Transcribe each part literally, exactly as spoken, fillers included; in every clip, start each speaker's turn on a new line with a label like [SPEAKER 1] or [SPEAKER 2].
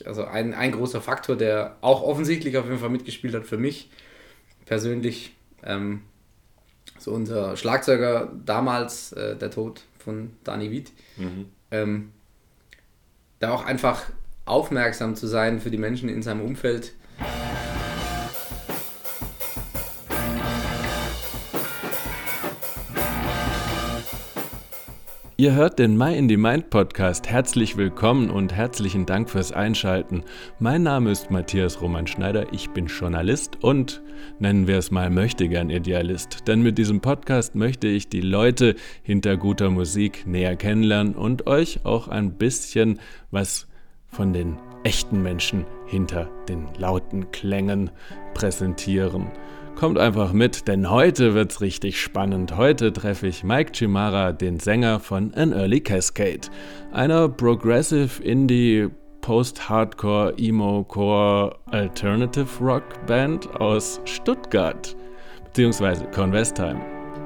[SPEAKER 1] Also ein, ein großer Faktor, der auch offensichtlich auf jeden Fall mitgespielt hat für mich persönlich. Ähm, so unser Schlagzeuger damals, äh, der Tod von Dani Wied.
[SPEAKER 2] Mhm.
[SPEAKER 1] Ähm, da auch einfach aufmerksam zu sein für die Menschen in seinem Umfeld.
[SPEAKER 2] Ihr hört den My in the Mind Podcast. Herzlich willkommen und herzlichen Dank fürs Einschalten. Mein Name ist Matthias Roman Schneider, ich bin Journalist und, nennen wir es mal, Möchtegern-Idealist. Denn mit diesem Podcast möchte ich die Leute hinter guter Musik näher kennenlernen und euch auch ein bisschen was von den echten Menschen hinter den lauten Klängen präsentieren. Kommt einfach mit, denn heute wird's richtig spannend. Heute treffe ich Mike Chimara, den Sänger von An Early Cascade, einer Progressive Indie Post-Hardcore Emo Core Alternative Rock Band aus Stuttgart, beziehungsweise Kornwestheim.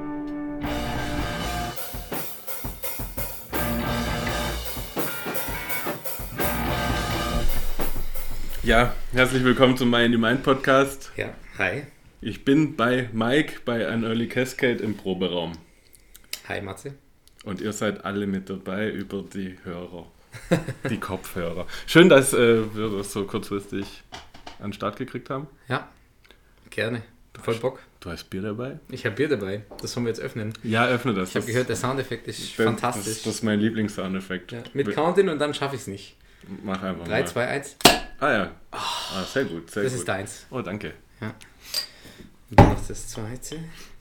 [SPEAKER 2] Ja, herzlich willkommen zum My in the Mind Podcast.
[SPEAKER 1] Ja, hi.
[SPEAKER 2] Ich bin bei Mike bei An Early Cascade im Proberaum.
[SPEAKER 1] Hi Matze.
[SPEAKER 2] Und ihr seid alle mit dabei über die Hörer, die Kopfhörer. Schön, dass äh, wir das so kurzfristig an den Start gekriegt haben.
[SPEAKER 1] Ja, gerne. Voll Bock.
[SPEAKER 2] Du hast Bier dabei?
[SPEAKER 1] Ich habe Bier dabei. Das sollen wir jetzt öffnen.
[SPEAKER 2] Ja, öffne das.
[SPEAKER 1] Ich habe gehört, der Soundeffekt ist
[SPEAKER 2] das,
[SPEAKER 1] fantastisch.
[SPEAKER 2] Das, das ist mein Lieblings-Soundeffekt.
[SPEAKER 1] Ja, mit Count-In und dann schaffe ich es nicht.
[SPEAKER 2] Mach einfach
[SPEAKER 1] drei,
[SPEAKER 2] mal.
[SPEAKER 1] zwei, eins.
[SPEAKER 2] Ah ja. Ah, sehr gut, sehr
[SPEAKER 1] Das
[SPEAKER 2] gut.
[SPEAKER 1] ist deins.
[SPEAKER 2] Oh, danke.
[SPEAKER 1] Ja. Und dann noch das zweite.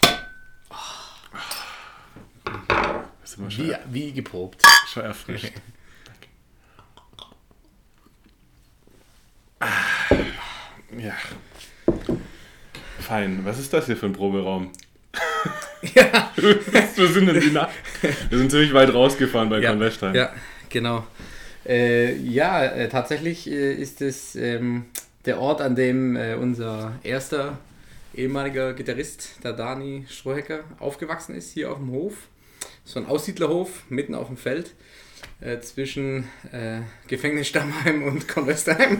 [SPEAKER 2] Das ist immer
[SPEAKER 1] Wie,
[SPEAKER 2] schon,
[SPEAKER 1] wie geprobt.
[SPEAKER 2] schon erfrischt. Ja. Fein. Was ist das hier für ein Proberaum?
[SPEAKER 1] Ja.
[SPEAKER 2] Wir sind in die Nacht. Wir sind ziemlich weit rausgefahren bei
[SPEAKER 1] Ja,
[SPEAKER 2] Kornwestheim.
[SPEAKER 1] ja, genau. Äh, ja, äh, tatsächlich äh, ist es ähm, der Ort, an dem äh, unser erster ehemaliger Gitarrist, der Dani Strohhecker, aufgewachsen ist, hier auf dem Hof. So ein Aussiedlerhof, mitten auf dem Feld, äh, zwischen äh, Gefängnis Stammheim und Kornwestheim.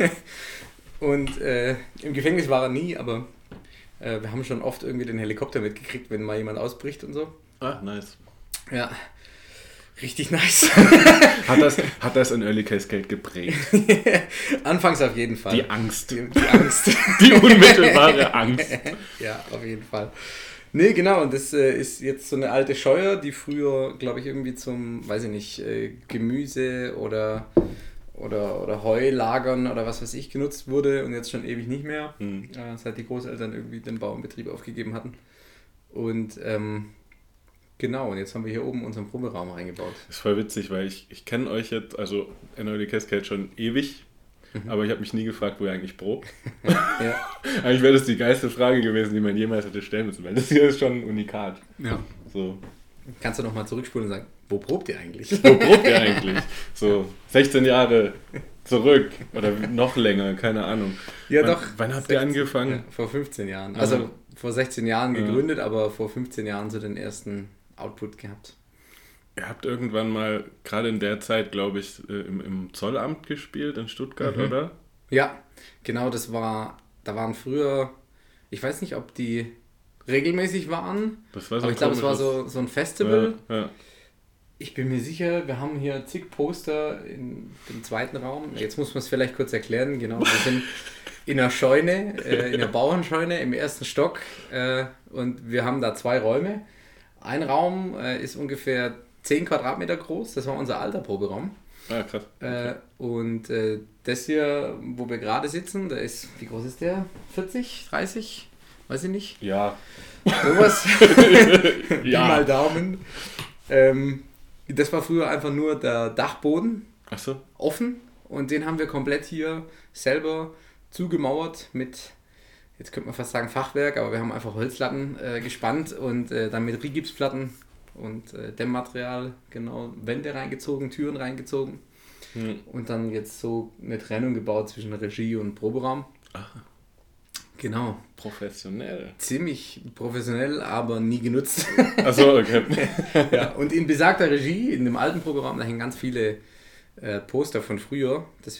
[SPEAKER 1] Und äh, im Gefängnis war er nie, aber äh, wir haben schon oft irgendwie den Helikopter mitgekriegt, wenn mal jemand ausbricht und so.
[SPEAKER 2] Ah, nice.
[SPEAKER 1] Ja, richtig nice.
[SPEAKER 2] Hat das, hat das An Early Cascade geprägt?
[SPEAKER 1] Anfangs auf jeden Fall.
[SPEAKER 2] Die Angst.
[SPEAKER 1] Die, die Angst.
[SPEAKER 2] Die unmittelbare Angst.
[SPEAKER 1] Ja, auf jeden Fall. Nee, genau, und das äh, ist jetzt so eine alte Scheuer, die früher, glaube ich, irgendwie zum, weiß ich nicht, äh, Gemüse oder, oder, oder Heulagern oder was weiß ich genutzt wurde und jetzt schon ewig nicht mehr,
[SPEAKER 2] Hm.
[SPEAKER 1] äh, seit die Großeltern irgendwie den Bauernbetrieb aufgegeben hatten. Und ähm, genau, und jetzt haben wir hier oben unseren Proberaum reingebaut.
[SPEAKER 2] Das ist voll witzig, weil ich, ich kenne euch jetzt, also An Early Cascade schon ewig, mhm. aber ich habe mich nie gefragt, wo ihr eigentlich probt.
[SPEAKER 1] Ja.
[SPEAKER 2] Eigentlich wäre das die geilste Frage gewesen, die man jemals hätte stellen müssen, weil das hier ist schon ein Unikat.
[SPEAKER 1] Ja.
[SPEAKER 2] So.
[SPEAKER 1] Kannst du nochmal zurückspulen und sagen, wo probt ihr eigentlich?
[SPEAKER 2] Wo probt ihr eigentlich? So sechzehn Jahre zurück oder noch länger, keine Ahnung.
[SPEAKER 1] Ja,
[SPEAKER 2] wann,
[SPEAKER 1] doch.
[SPEAKER 2] Wann habt
[SPEAKER 1] sechzehn,
[SPEAKER 2] ihr angefangen?
[SPEAKER 1] Ja, vor fünfzehn Jahren. Also
[SPEAKER 2] Ja.
[SPEAKER 1] vor sechzehn Jahren gegründet,
[SPEAKER 2] Ja.
[SPEAKER 1] aber vor fünfzehn Jahren so den ersten Output gehabt.
[SPEAKER 2] Ihr habt irgendwann mal, gerade in der Zeit, glaube ich, im, im Zollamt gespielt in Stuttgart,
[SPEAKER 1] Mhm.
[SPEAKER 2] oder?
[SPEAKER 1] Ja, genau, das war, da waren früher, ich weiß nicht, ob die regelmäßig waren,
[SPEAKER 2] Das war so
[SPEAKER 1] aber ich glaube, es war so, so ein Festival.
[SPEAKER 2] Ja, ja.
[SPEAKER 1] Ich bin mir sicher, wir haben hier zig Poster in dem zweiten Raum. Jetzt muss man es vielleicht kurz erklären. Genau, wir sind in einer Scheune, äh, in einer Bauernscheune im ersten Stock äh, und wir haben da zwei Räume. Ein Raum äh, ist ungefähr zehn Quadratmeter groß, das war unser alter Proberaum.
[SPEAKER 2] Ah, krass.
[SPEAKER 1] Äh, und äh, das hier, wo wir gerade sitzen, da ist, wie groß ist der? vierzig, dreißig? Weiß ich nicht.
[SPEAKER 2] Ja.
[SPEAKER 1] Sowas. Pi
[SPEAKER 2] Ja.
[SPEAKER 1] mal Daumen. Ähm, das war früher einfach nur der Dachboden
[SPEAKER 2] Ach so.
[SPEAKER 1] offen und den haben wir komplett hier selber zugemauert mit, jetzt könnte man fast sagen Fachwerk, aber wir haben einfach Holzlatten äh, gespannt und äh, dann mit Rigipsplatten und äh, Dämmmaterial, genau, Wände reingezogen, Türen reingezogen
[SPEAKER 2] Hm.
[SPEAKER 1] und dann jetzt so eine Trennung gebaut zwischen Regie und Proberaum.
[SPEAKER 2] Aha.
[SPEAKER 1] Genau.
[SPEAKER 2] Professionell.
[SPEAKER 1] Ziemlich professionell, aber nie genutzt.
[SPEAKER 2] Achso, okay.
[SPEAKER 1] Ja, und in besagter Regie, in dem alten Proberaum, da hängen ganz viele äh, Poster von früher. Deswegen, ich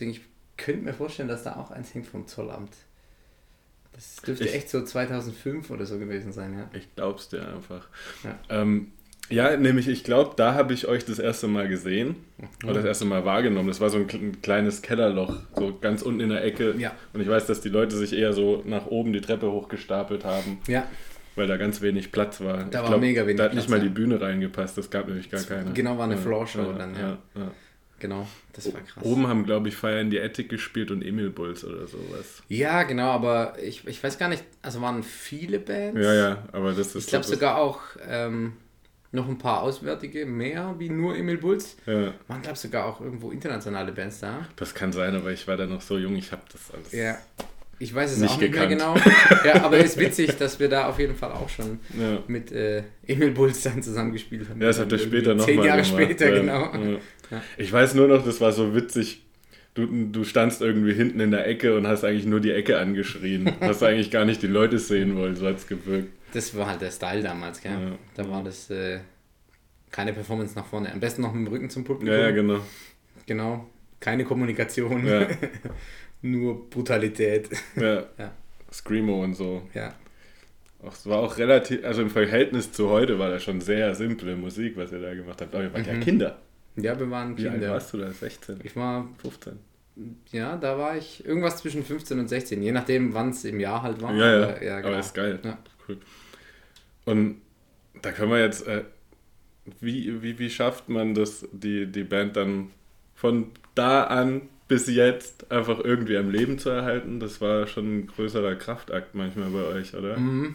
[SPEAKER 1] könnte mir vorstellen, dass da auch eins hängt vom Zollamt. Das dürfte ich, echt so zweitausendfünf oder so gewesen sein, ja.
[SPEAKER 2] Ich glaub's dir einfach.
[SPEAKER 1] Ja,
[SPEAKER 2] ähm, ja nämlich ich glaube, da habe ich euch das erste Mal gesehen
[SPEAKER 1] mhm.
[SPEAKER 2] oder das erste Mal wahrgenommen. Das war so ein, ein kleines Kellerloch, so ganz unten in der Ecke.
[SPEAKER 1] Ja.
[SPEAKER 2] Und ich weiß, dass die Leute sich eher so nach oben die Treppe hochgestapelt haben.
[SPEAKER 1] Ja.
[SPEAKER 2] Weil da ganz wenig Platz war.
[SPEAKER 1] Da
[SPEAKER 2] ich
[SPEAKER 1] war
[SPEAKER 2] glaub,
[SPEAKER 1] mega wenig
[SPEAKER 2] Da hat
[SPEAKER 1] Platz,
[SPEAKER 2] nicht mal
[SPEAKER 1] ja.
[SPEAKER 2] die Bühne reingepasst, das gab nämlich gar keine.
[SPEAKER 1] Genau, war eine
[SPEAKER 2] ja,
[SPEAKER 1] Floor-Show
[SPEAKER 2] ja,
[SPEAKER 1] dann, ja.
[SPEAKER 2] ja, ja.
[SPEAKER 1] Genau, das war krass.
[SPEAKER 2] Oben haben, glaube ich, Fire in the Attic gespielt und Emil Bulls oder sowas.
[SPEAKER 1] Ja, genau, aber ich, ich weiß gar nicht, also waren viele Bands.
[SPEAKER 2] Ja, ja, aber das ist...
[SPEAKER 1] Ich glaube sogar auch ähm, noch ein paar auswärtige, mehr wie nur Emil Bulls.
[SPEAKER 2] Ja.
[SPEAKER 1] Waren, glaube ich, sogar auch irgendwo internationale Bands da.
[SPEAKER 2] Das kann sein, aber ich war da noch so jung, ich habe das alles...
[SPEAKER 1] Ja. Ich weiß es
[SPEAKER 2] Nicht
[SPEAKER 1] auch nicht
[SPEAKER 2] gekannt.
[SPEAKER 1] mehr genau. Ja, aber es ist witzig, dass wir da auf jeden Fall auch schon
[SPEAKER 2] Ja.
[SPEAKER 1] mit äh, Emil Bulls dann zusammengespielt haben.
[SPEAKER 2] Ja, das habt ihr später nochmal
[SPEAKER 1] Zehn Jahre
[SPEAKER 2] gemacht.
[SPEAKER 1] später,
[SPEAKER 2] ja.
[SPEAKER 1] genau.
[SPEAKER 2] Ja.
[SPEAKER 1] Ja.
[SPEAKER 2] Ich weiß nur noch, das war so witzig. Du, du standst irgendwie hinten in der Ecke und hast eigentlich nur die Ecke angeschrien. Hast eigentlich gar nicht die Leute sehen wollen, so hat es gewirkt.
[SPEAKER 1] Das war halt der Style damals, gell?
[SPEAKER 2] Ja.
[SPEAKER 1] Da war das äh, keine Performance nach vorne. Am besten noch mit dem Rücken zum Publikum.
[SPEAKER 2] Ja, ja, genau.
[SPEAKER 1] Genau. Keine Kommunikation.
[SPEAKER 2] Ja.
[SPEAKER 1] Nur Brutalität.
[SPEAKER 2] Ja.
[SPEAKER 1] Ja.
[SPEAKER 2] Screamo und so.
[SPEAKER 1] Ja.
[SPEAKER 2] Auch, es war auch relativ, also im Verhältnis zu heute war das schon sehr simple Musik, was ihr da gemacht habt. Aber ihr wart
[SPEAKER 1] Mhm.
[SPEAKER 2] ja Kinder.
[SPEAKER 1] Ja, wir waren
[SPEAKER 2] Wie alt
[SPEAKER 1] Kinder.
[SPEAKER 2] warst du da? sechzehn?
[SPEAKER 1] Ich war,
[SPEAKER 2] fünfzehn?
[SPEAKER 1] ja, da war ich irgendwas zwischen fünfzehn und sechzehn, je nachdem, wann es im Jahr halt war.
[SPEAKER 2] Ja, ja,
[SPEAKER 1] aber, ja, genau.
[SPEAKER 2] aber ist geil.
[SPEAKER 1] Ja.
[SPEAKER 2] Cool. Und da können wir jetzt, äh, wie, wie, wie schafft man das, die, die Band dann von da an bis jetzt einfach irgendwie am Leben zu erhalten? Das war schon ein größerer Kraftakt manchmal bei euch, oder?
[SPEAKER 1] Mhm.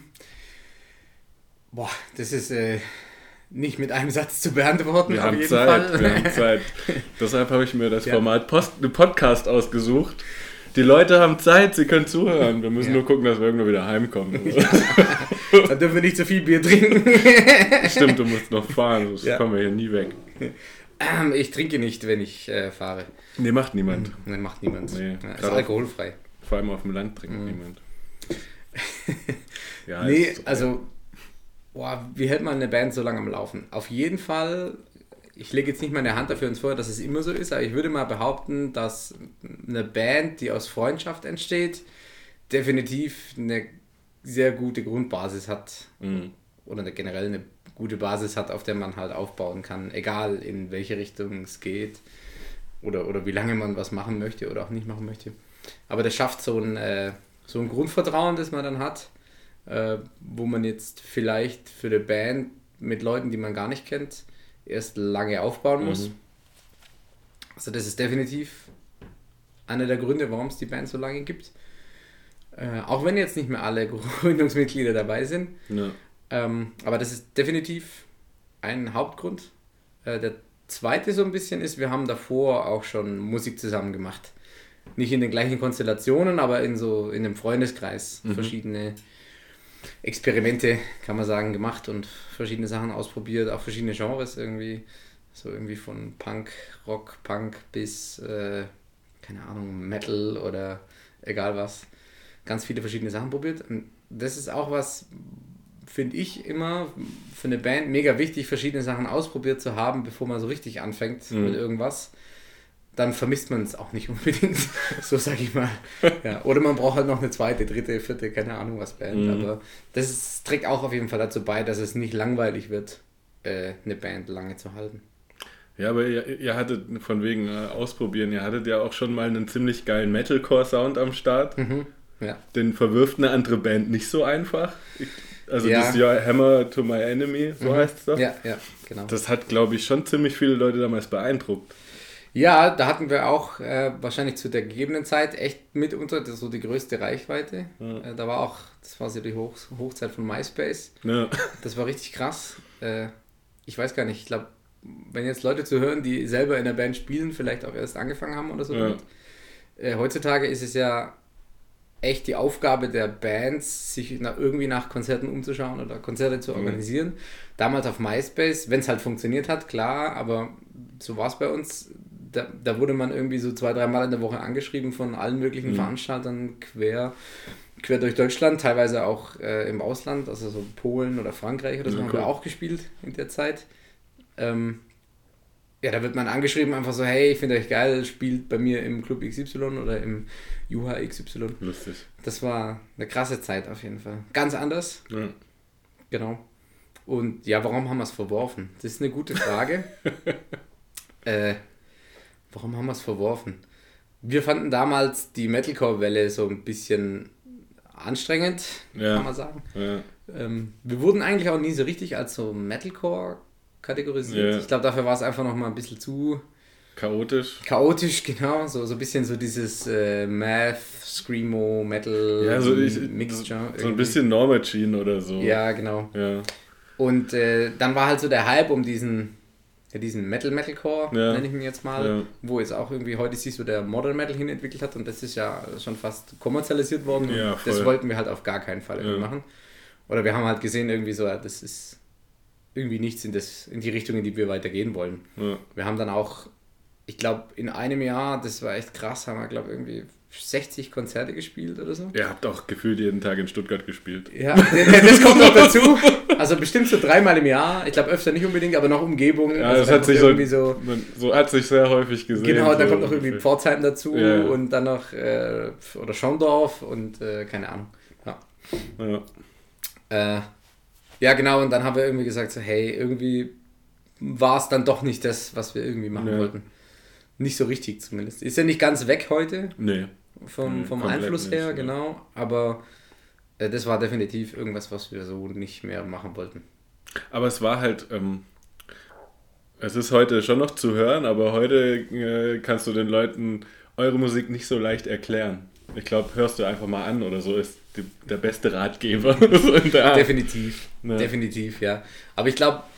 [SPEAKER 1] Boah, das ist äh, nicht mit einem Satz zu beantworten.
[SPEAKER 2] Wir
[SPEAKER 1] auf
[SPEAKER 2] haben
[SPEAKER 1] jeden
[SPEAKER 2] Zeit,
[SPEAKER 1] Fall.
[SPEAKER 2] wir haben Zeit. Deshalb habe ich mir das
[SPEAKER 1] Ja.
[SPEAKER 2] Format Post, Podcast ausgesucht. Die Leute haben Zeit, sie können zuhören. Wir müssen
[SPEAKER 1] Ja.
[SPEAKER 2] nur gucken, dass wir irgendwann wieder heimkommen.
[SPEAKER 1] Dann dürfen wir nicht zu viel Bier trinken.
[SPEAKER 2] Stimmt, du musst noch fahren, sonst
[SPEAKER 1] Ja.
[SPEAKER 2] kommen wir hier nie weg.
[SPEAKER 1] Ähm, ich trinke nicht, wenn ich äh, fahre.
[SPEAKER 2] Nee, macht niemand.
[SPEAKER 1] Nein, macht niemand.
[SPEAKER 2] Nee,
[SPEAKER 1] Ja, ist
[SPEAKER 2] gerade
[SPEAKER 1] alkoholfrei.
[SPEAKER 2] Vor allem auf dem Land trinkt
[SPEAKER 1] Mhm.
[SPEAKER 2] niemand. Ja,
[SPEAKER 1] Nee,
[SPEAKER 2] ist okay.
[SPEAKER 1] also, boah, wie hält man eine Band so lange am Laufen? Auf jeden Fall, ich lege jetzt nicht meine Hand dafür ins Feuer, dass es immer so ist, aber ich würde mal behaupten, dass eine Band, die aus Freundschaft entsteht, definitiv eine sehr gute Grundbasis hat.
[SPEAKER 2] Mhm.
[SPEAKER 1] Oder eine, generell eine gute Basis hat, auf der man halt aufbauen kann, egal in welche Richtung es geht oder, oder wie lange man was machen möchte oder auch nicht machen möchte. Aber das schafft so ein, äh, so ein Grundvertrauen, das man dann hat, äh, wo man jetzt vielleicht für die Band mit Leuten, die man gar nicht kennt, erst lange aufbauen muss.
[SPEAKER 2] Mhm.
[SPEAKER 1] Also das ist definitiv einer der Gründe, warum es die Band so lange gibt. Äh, auch wenn jetzt nicht mehr alle Gründungsmitglieder dabei sind.
[SPEAKER 2] Ja.
[SPEAKER 1] Ähm, aber das ist definitiv ein Hauptgrund. Äh, der zweite so ein bisschen ist, wir haben davor auch schon Musik zusammen gemacht. Nicht in den gleichen Konstellationen, aber in so in einem Freundeskreis
[SPEAKER 2] Mhm.
[SPEAKER 1] verschiedene Experimente, kann man sagen, gemacht und verschiedene Sachen ausprobiert, auch verschiedene Genres irgendwie. So irgendwie von Punk, Rock, Punk bis, äh, keine Ahnung, Metal oder egal was. Ganz viele verschiedene Sachen probiert. Und das ist auch was, finde ich immer für eine Band mega wichtig, verschiedene Sachen ausprobiert zu haben, bevor man so richtig anfängt
[SPEAKER 2] Mhm.
[SPEAKER 1] mit irgendwas. Dann vermisst man es auch nicht unbedingt, so sage ich mal. Ja, oder man braucht halt noch eine zweite, dritte, vierte, keine Ahnung was Band.
[SPEAKER 2] Mhm.
[SPEAKER 1] Aber das ist, trägt auch auf jeden Fall dazu bei, dass es nicht langweilig wird, äh, eine Band lange zu halten.
[SPEAKER 2] Ja, aber ihr, ihr hattet von wegen äh, ausprobieren, ihr hattet ja auch schon mal einen ziemlich geilen Metalcore-Sound am Start.
[SPEAKER 1] Mhm. Ja.
[SPEAKER 2] Den verwirft eine andere Band nicht so einfach. Ich, also
[SPEAKER 1] Ja.
[SPEAKER 2] das Your Hammer to My Enemy, so
[SPEAKER 1] Mhm.
[SPEAKER 2] heißt es doch.
[SPEAKER 1] Ja, ja, genau.
[SPEAKER 2] Das hat, glaube ich, schon ziemlich viele Leute damals beeindruckt.
[SPEAKER 1] Ja, da hatten wir auch äh, wahrscheinlich zu der gegebenen Zeit echt mitunter das so die größte Reichweite.
[SPEAKER 2] Ja.
[SPEAKER 1] Äh, da war auch, das war so die Hoch Hochzeit von MySpace.
[SPEAKER 2] Ja.
[SPEAKER 1] Das war richtig krass. Äh, ich weiß gar nicht, ich glaube, wenn jetzt Leute zu hören, die selber in der Band spielen, vielleicht auch erst angefangen haben oder so.
[SPEAKER 2] Ja.
[SPEAKER 1] damit. Äh, heutzutage ist es ja echt die Aufgabe der Bands, sich nach, irgendwie nach Konzerten umzuschauen oder Konzerte zu organisieren. Mhm. Damals auf MySpace, wenn es halt funktioniert hat, klar, aber so war es bei uns. Da, da wurde man irgendwie so zwei, dreimal in der Woche angeschrieben von allen möglichen mhm. Veranstaltern quer, quer durch Deutschland, teilweise auch äh, im Ausland, also so Polen oder Frankreich oder so, ja, haben cool. wir auch gespielt in der Zeit. Ähm, ja, da wird man angeschrieben, einfach so, hey, ich finde euch geil, spielt bei mir im Club X Y oder im U H X Y.
[SPEAKER 2] Lustig.
[SPEAKER 1] Das war eine krasse Zeit auf jeden Fall. Ganz anders.
[SPEAKER 2] Ja.
[SPEAKER 1] Genau. Und ja, warum haben wir es verworfen? Das ist eine gute Frage. äh, warum haben wir es verworfen? Wir fanden damals die Metalcore-Welle so ein bisschen anstrengend,
[SPEAKER 2] ja.
[SPEAKER 1] kann man sagen.
[SPEAKER 2] Ja.
[SPEAKER 1] Ähm, wir wurden eigentlich auch nie so richtig als so Metalcore kategorisiert.
[SPEAKER 2] Ja.
[SPEAKER 1] Ich glaube, dafür war es einfach noch mal ein bisschen zu
[SPEAKER 2] chaotisch.
[SPEAKER 1] Chaotisch, genau. So, so ein bisschen so dieses äh, Math, Screamo, Metal,
[SPEAKER 2] ja, so ich,
[SPEAKER 1] Mixture.
[SPEAKER 2] So, so ein bisschen Norma Jean oder so.
[SPEAKER 1] Ja, genau.
[SPEAKER 2] Ja.
[SPEAKER 1] Und äh, dann war halt so der Hype um diesen, ja, diesen Metal-Metalcore,
[SPEAKER 2] ja.
[SPEAKER 1] nenne ich ihn jetzt mal, ja. wo jetzt auch irgendwie heute sich so der Modern Metal hin entwickelt hat und das ist ja schon fast kommerzialisiert worden.
[SPEAKER 2] Ja,
[SPEAKER 1] und das wollten wir halt auf gar keinen Fall irgendwie ja. machen. Oder wir haben halt gesehen, irgendwie so, das ist irgendwie nichts in, das, in die Richtung, in die wir weitergehen wollen.
[SPEAKER 2] Ja.
[SPEAKER 1] Wir haben dann auch, ich glaube, in einem Jahr, das war echt krass, haben wir, glaube ich, irgendwie sechzig Konzerte gespielt oder so.
[SPEAKER 2] Ihr habt auch gefühlt jeden Tag in Stuttgart gespielt.
[SPEAKER 1] Ja, das kommt noch dazu. Also bestimmt so dreimal im Jahr. Ich glaube öfter nicht unbedingt, aber noch Umgebung.
[SPEAKER 2] Ja,
[SPEAKER 1] also
[SPEAKER 2] das hat sich
[SPEAKER 1] irgendwie
[SPEAKER 2] so,
[SPEAKER 1] so,
[SPEAKER 2] so hat sich sehr häufig gesehen.
[SPEAKER 1] Genau,
[SPEAKER 2] so
[SPEAKER 1] dann kommt noch irgendwie Pforzheim dazu
[SPEAKER 2] ja.
[SPEAKER 1] und dann noch äh, oder Schondorf und äh, keine Ahnung. Ja.
[SPEAKER 2] Ja.
[SPEAKER 1] Äh, ja, genau, und dann haben wir irgendwie gesagt, so, hey, irgendwie war es dann doch nicht das, was wir irgendwie machen ja. wollten. Nicht so richtig zumindest. Ist ja nicht ganz weg heute.
[SPEAKER 2] Nee.
[SPEAKER 1] Vom, vom Einfluss her, nicht, genau. Ja. Aber äh, das war definitiv irgendwas, was wir so nicht mehr machen wollten.
[SPEAKER 2] Aber es war halt, ähm, es ist heute schon noch zu hören, aber heute äh, kannst du den Leuten eure Musik nicht so leicht erklären. Ich glaube, hörst du einfach mal an oder so, ist die, der beste Ratgeber.
[SPEAKER 1] Definitiv,
[SPEAKER 2] ja.
[SPEAKER 1] definitiv, ja. Aber ich glaube,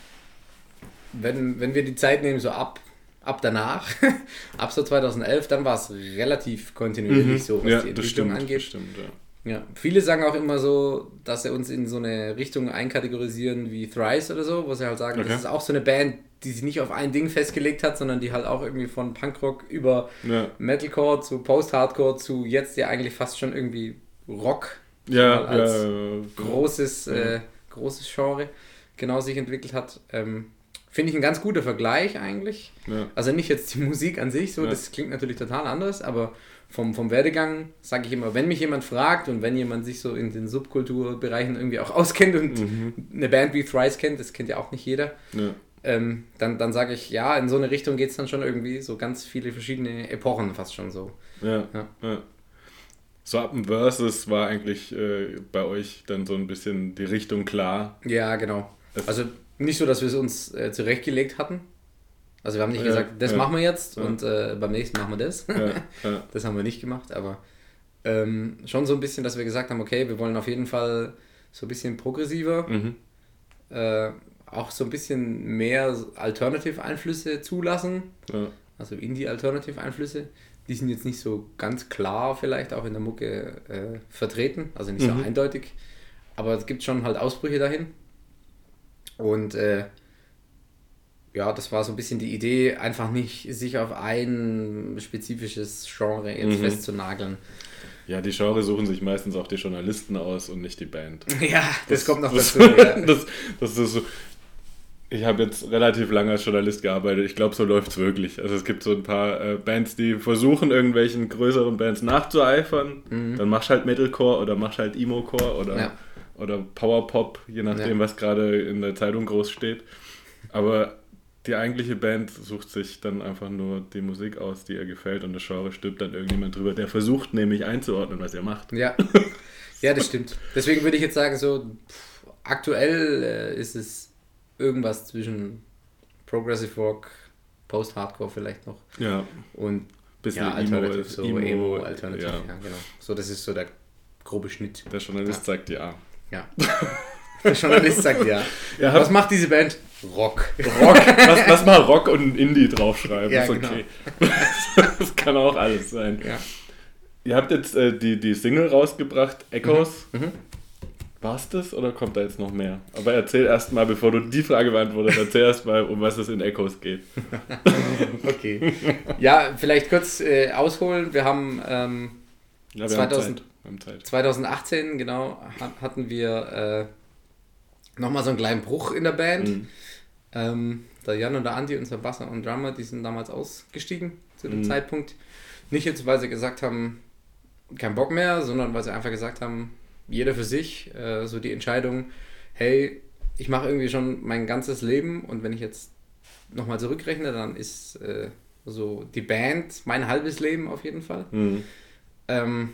[SPEAKER 1] wenn, wenn wir die Zeit nehmen, so ab ab danach, ab so zweitausendelf, dann war es relativ kontinuierlich mhm. so, was
[SPEAKER 2] ja,
[SPEAKER 1] die Entwicklung
[SPEAKER 2] das stimmt,
[SPEAKER 1] angeht.
[SPEAKER 2] Das stimmt, ja.
[SPEAKER 1] Ja. Viele sagen auch immer so, dass sie uns in so eine Richtung einkategorisieren wie Thrice oder so, wo sie halt sagen, okay. das ist auch so eine Band, die sich nicht auf ein Ding festgelegt hat, sondern die halt auch irgendwie von Punkrock über
[SPEAKER 2] ja.
[SPEAKER 1] Metalcore zu Post-Hardcore zu jetzt ja eigentlich fast schon irgendwie Rock
[SPEAKER 2] ja,
[SPEAKER 1] als
[SPEAKER 2] ja, ja,
[SPEAKER 1] großes, ja. Äh, großes Genre genau sich entwickelt hat. Ähm, Finde ich ein ganz guter Vergleich eigentlich.
[SPEAKER 2] Ja.
[SPEAKER 1] Also nicht jetzt die Musik an sich, so ja. das klingt natürlich total anders, aber vom, vom Werdegang sage ich immer, wenn mich jemand fragt und wenn jemand sich so in den Subkulturbereichen irgendwie auch auskennt und mhm. eine Band wie Thrice kennt, das kennt ja auch nicht jeder,
[SPEAKER 2] ja.
[SPEAKER 1] ähm, dann, dann sage ich, ja, in so eine Richtung geht es dann schon irgendwie, so ganz viele verschiedene Epochen fast schon so.
[SPEAKER 2] Ja, ja. ja. So ab dem Versus war eigentlich äh, bei euch dann so ein bisschen die Richtung klar.
[SPEAKER 1] Ja, genau. Es also nicht so, dass wir es uns äh, zurechtgelegt hatten. Also wir haben nicht
[SPEAKER 2] ja,
[SPEAKER 1] gesagt, das
[SPEAKER 2] ja,
[SPEAKER 1] machen wir jetzt
[SPEAKER 2] ja.
[SPEAKER 1] und äh, beim nächsten machen wir das.
[SPEAKER 2] Ja, ja.
[SPEAKER 1] Das haben wir nicht gemacht, aber ähm, schon so ein bisschen, dass wir gesagt haben, okay, wir wollen auf jeden Fall so ein bisschen progressiver,
[SPEAKER 2] mhm.
[SPEAKER 1] äh, auch so ein bisschen mehr Alternative-Einflüsse zulassen,
[SPEAKER 2] ja.
[SPEAKER 1] also Indie-Alternative-Einflüsse. Die sind jetzt nicht so ganz klar vielleicht auch in der Mucke äh, vertreten, also nicht
[SPEAKER 2] mhm.
[SPEAKER 1] so eindeutig, aber es gibt schon halt Ausbrüche dahin. Und äh, ja, das war so ein bisschen die Idee, einfach nicht sich auf ein spezifisches Genre jetzt
[SPEAKER 2] mhm.
[SPEAKER 1] festzunageln.
[SPEAKER 2] Ja, die Genre suchen sich meistens auch die Journalisten aus und nicht die Band.
[SPEAKER 1] Ja, das, das kommt noch
[SPEAKER 2] das,
[SPEAKER 1] dazu. Ja.
[SPEAKER 2] das, das ist so. Ich habe jetzt relativ lange als Journalist gearbeitet. Ich glaube, so läuft es wirklich. Also es gibt so ein paar äh, Bands, die versuchen, irgendwelchen größeren Bands nachzueifern. Mhm. Dann machst halt Metalcore oder machst halt Emo-Core oder... Ja. Oder Powerpop, je nachdem, ja. was gerade in der Zeitung groß steht. Aber die eigentliche Band sucht sich dann einfach nur die Musik aus, die ihr gefällt und das Genre stirbt dann irgendjemand drüber, der versucht nämlich einzuordnen, was ihr macht.
[SPEAKER 1] Ja, ja, das stimmt. Deswegen würde ich jetzt sagen, so pff, aktuell äh, ist es irgendwas zwischen Progressive Rock, Post-Hardcore vielleicht noch.
[SPEAKER 2] Ja.
[SPEAKER 1] Und
[SPEAKER 2] bisschen
[SPEAKER 1] ja, Alternative, so
[SPEAKER 2] Emo,
[SPEAKER 1] Emo Alternative,
[SPEAKER 2] ja.
[SPEAKER 1] ja, genau. So, das ist so der grobe Schnitt.
[SPEAKER 2] Der Journalist ja. sagt ja.
[SPEAKER 1] Ja. Der Journalist sagt ja. ja was macht diese Band? Rock.
[SPEAKER 2] Rock. Lass, lass mal Rock und Indie draufschreiben.
[SPEAKER 1] Ja,
[SPEAKER 2] ist okay. Genau. Das kann auch alles sein.
[SPEAKER 1] Ja.
[SPEAKER 2] Ihr habt jetzt äh, die, die Single rausgebracht, Echoes.
[SPEAKER 1] Mhm. Mhm.
[SPEAKER 2] War es das oder kommt da jetzt noch mehr? Aber erzähl erst mal, bevor du die Frage beantwortest, erzähl erst mal, um was es in Echoes geht.
[SPEAKER 1] Okay. Ja, vielleicht kurz äh, ausholen. Wir haben, ähm,
[SPEAKER 2] ja, wir
[SPEAKER 1] zweitausend,
[SPEAKER 2] haben Zeit. Wir haben Zeit.
[SPEAKER 1] zweitausendachtzehn, genau, hatten wir äh, nochmal so einen kleinen Bruch in der Band. Mhm. Ähm, der Jan und der Andi, unser Basser und Drummer, die sind damals ausgestiegen zu dem
[SPEAKER 2] Mhm.
[SPEAKER 1] Zeitpunkt. Nicht jetzt, weil sie gesagt haben, kein Bock mehr, sondern weil sie einfach gesagt haben, jeder für sich, äh, so die Entscheidung, hey, ich mache irgendwie schon mein ganzes Leben und wenn ich jetzt nochmal zurückrechne, dann ist äh, so die Band mein halbes Leben auf jeden Fall.
[SPEAKER 2] Mhm.
[SPEAKER 1] Ähm,